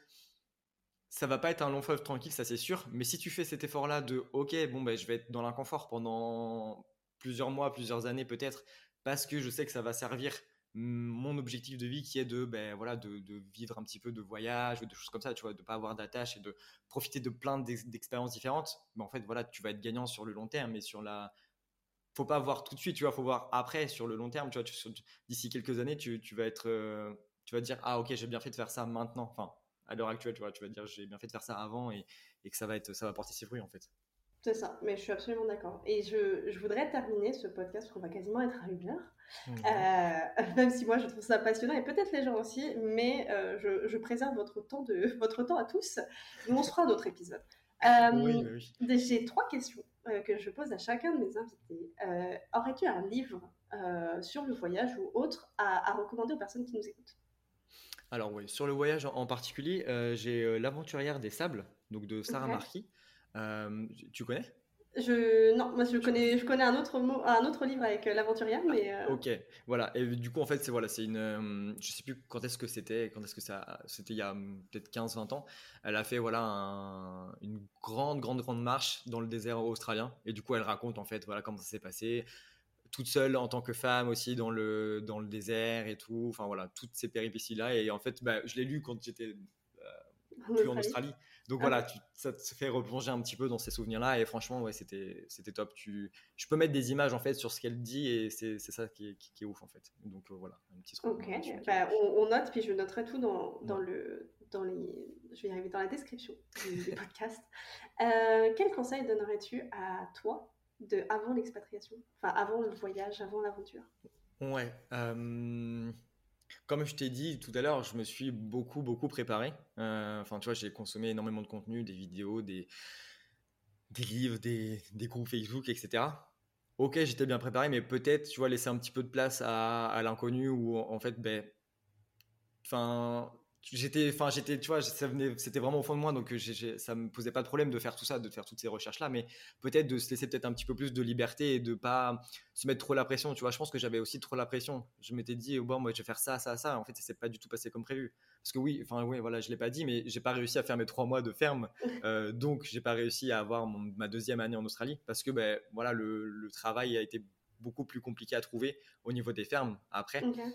ça va pas être un long fleuve tranquille, ça c'est sûr, mais si tu fais cet effort-là de, ok, bon, ben, je vais être dans l'inconfort pendant plusieurs mois, plusieurs années peut-être, parce que je sais que ça va servir mon objectif de vie qui est de, ben, voilà, de vivre un petit peu de voyage ou de choses comme ça, tu vois, de pas avoir d'attache et de profiter de plein d'expériences différentes. Mais en fait, voilà, tu vas être gagnant sur le long terme et faut pas voir tout de suite, tu vois, faut voir après sur le long terme, tu vois, d'ici quelques années, tu vas être, tu vas te dire, ah ok, j'ai bien fait de faire ça maintenant, enfin, à l'heure actuelle, tu vas te dire, j'ai bien fait de faire ça avant et que ça va porter ses fruits en fait. C'est ça, mais je suis absolument d'accord. Et je voudrais terminer ce podcast, parce qu'on va quasiment être à 1 heure, Mhm. même si moi je trouve ça passionnant, et peut-être les gens aussi, mais je préserve votre temps à tous, mais on se fera d'autres épisodes. Oui, bah oui. J'ai 3 questions que je pose à chacun de mes invités. Aurais-tu un livre sur le voyage ou autre à recommander aux personnes qui nous écoutent? Alors oui, sur le voyage en particulier, j'ai L'Aventurière des Sables, donc de Sarah Ok. Marquis. Tu connais? Non, moi je connais un autre livre avec l'aventurière, mais Ok, voilà. Et du coup, en fait, c'est une, je sais plus quand est-ce que c'était, quand est-ce que c'était il y a peut-être 15-20 ans. Elle a fait voilà une grande marche dans le désert australien. Et du coup, elle raconte en fait voilà comment ça s'est passé, toute seule en tant que femme aussi dans le désert et tout. Enfin voilà, toutes ces péripéties là. Et en fait, bah, je l'ai lu quand j'étais en plus en Australie. Australie. Donc Ok. voilà, ça te fait replonger un petit peu dans ces souvenirs-là. Et franchement, ouais, c'était top. Je peux mettre des images en fait sur ce qu'elle dit et c'est ça qui est ouf en fait. Donc voilà, une petite Ok, recommandation bah, on note, puis je noterai tout ouais. je vais y arriver dans la description du podcast. Quel conseil donnerais-tu à toi avant l'expatriation, enfin avant le voyage, avant l'aventure? Ouais. Comme je t'ai dit tout à l'heure, je me suis beaucoup préparé. Enfin, tu vois, j'ai consommé énormément de contenu, des vidéos, des livres, des groupes Facebook, etc. Ok, j'étais bien préparé, mais peut-être, tu vois, laisser un petit peu de place à l'inconnu où, en fait, ben, enfin, tu vois, c'était vraiment au fond de moi, donc ça me posait pas de problème de faire tout ça, de faire toutes ces recherches-là, mais peut-être de se laisser peut-être un petit peu plus de liberté et de pas se mettre trop la pression. Tu vois, je pense que j'avais aussi trop la pression. Je m'étais dit, oh, bon, moi, je vais faire ça. En fait, ça s'est pas du tout passé comme prévu. Parce que oui, enfin, oui, voilà, je l'ai pas dit, mais j'ai pas réussi à faire mes 3 mois de ferme, donc j'ai pas réussi à avoir ma deuxième année en Australie parce que, ben, voilà, le travail a été beaucoup plus compliqué à trouver au niveau des fermes après. Ok.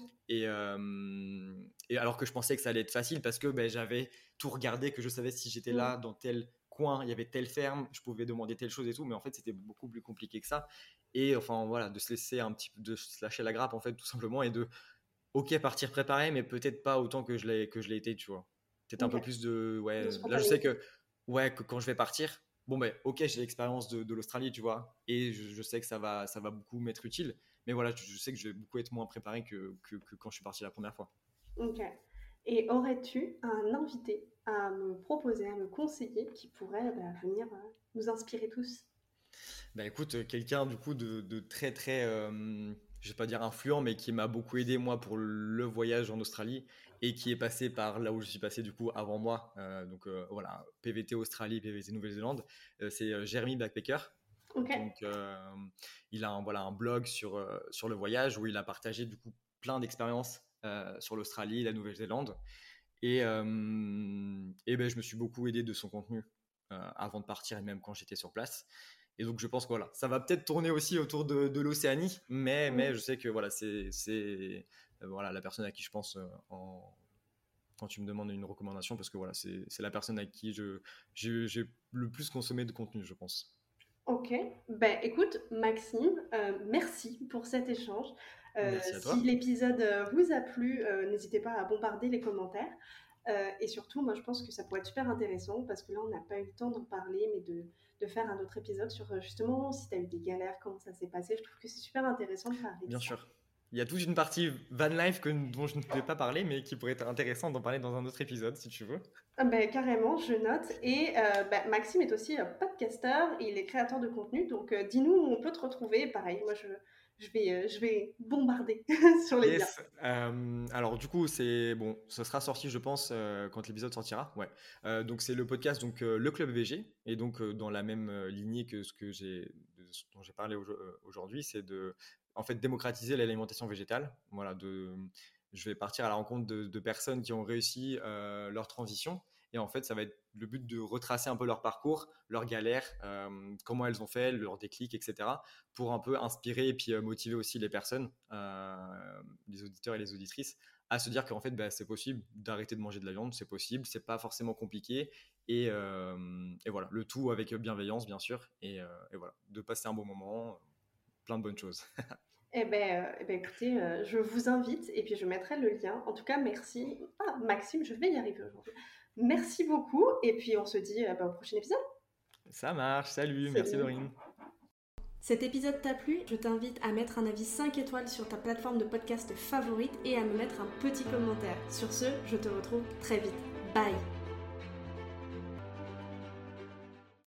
Et alors que je pensais que ça allait être facile parce que ben, j'avais tout regardé, que je savais si j'étais Mm. là dans tel coin, il y avait telle ferme, je pouvais demander telle chose et tout, mais en fait c'était beaucoup plus compliqué que ça. Et enfin voilà, de se laisser un petit peu, de se lâcher la grappe en fait tout simplement et de ok partir préparé, mais peut-être pas autant que je l'ai été, tu vois. Peut-être un Ok. peu plus de De ouais. Là je sais spontanéité. que ouais que quand je vais partir, bon ben ok j'ai l'expérience de l'Australie, tu vois, et je sais que ça va beaucoup m'être utile. Mais voilà, je sais que je vais beaucoup être moins préparé que quand je suis parti la première fois. Ok. Et aurais-tu un invité à me proposer, à me conseiller, qui pourrait venir nous inspirer tous? Bah écoute, quelqu'un du coup de très très, je vais pas dire influent, mais qui m'a beaucoup aidé moi pour le voyage en Australie et qui est passé par là où je suis passé du coup avant moi. Donc voilà, PVT Australie, PVT Nouvelle-Zélande. C'est Jeremy Backpacker. Ok. Donc il a voilà, un blog sur le voyage où il a partagé du coup plein d'expériences sur l'Australie, la Nouvelle-Zélande. Et ben, je me suis beaucoup aidé de son contenu avant de partir et même quand j'étais sur place. Et donc je pense que voilà, ça va peut-être tourner aussi autour de l'Océanie, mais je sais que voilà, voilà, la personne à qui je pense quand tu me demandes une recommandation, parce que voilà, c'est la personne à qui j'ai le plus consommé de contenu, je pense. Ok, ben écoute Maxime, merci pour cet échange. Merci à Si toi. l'épisode vous a plu, n'hésitez pas à bombarder les commentaires. Et surtout, moi je pense que ça pourrait être super intéressant parce que là on n'a pas eu le temps d'en parler, mais de faire un autre épisode sur justement si tu as eu des galères, comment ça s'est passé. Je trouve que c'est super intéressant de parler de Bien ça. sûr. Il y a toute une partie van life dont je ne vais pas parler, mais qui pourrait être intéressant d'en parler dans un autre épisode, si tu veux. Ah ben, carrément, je note. Et ben, Maxime est aussi podcasteur, il est créateur de contenu, donc dis-nous où on peut te retrouver. Pareil, moi je vais bombarder sur les liens. Yes. Alors du coup, c'est bon, ce sera sorti, je pense, quand l'épisode sortira. Ouais. Donc c'est le podcast, donc le Club VG, et donc dans la même lignée que ce dont j'ai parlé aujourd'hui, c'est de, en fait, démocratiser l'alimentation végétale. Voilà, je vais partir à la rencontre de personnes qui ont réussi leur transition. Et en fait, ça va être le but de retracer un peu leur parcours, leurs galères, comment elles ont fait, leur déclic, etc. pour un peu inspirer et puis motiver aussi les personnes, les auditeurs et les auditrices, à se dire qu'en fait, c'est possible d'arrêter de manger de la viande, c'est possible, c'est pas forcément compliqué. Et voilà, le tout avec bienveillance, bien sûr. Et voilà, de passer un bon moment, plein de bonnes choses. Écoutez, je vous invite et puis je mettrai le lien. En tout cas, merci. Ah, Maxime, je vais y arriver aujourd'hui. Merci beaucoup et puis on se dit au prochain épisode. Ça marche, salut, merci Salut. Dorine. Cet épisode t'a plu? Je t'invite à mettre un avis 5 étoiles sur ta plateforme de podcast favorite et à me mettre un petit commentaire. Sur ce, je te retrouve très vite. Bye!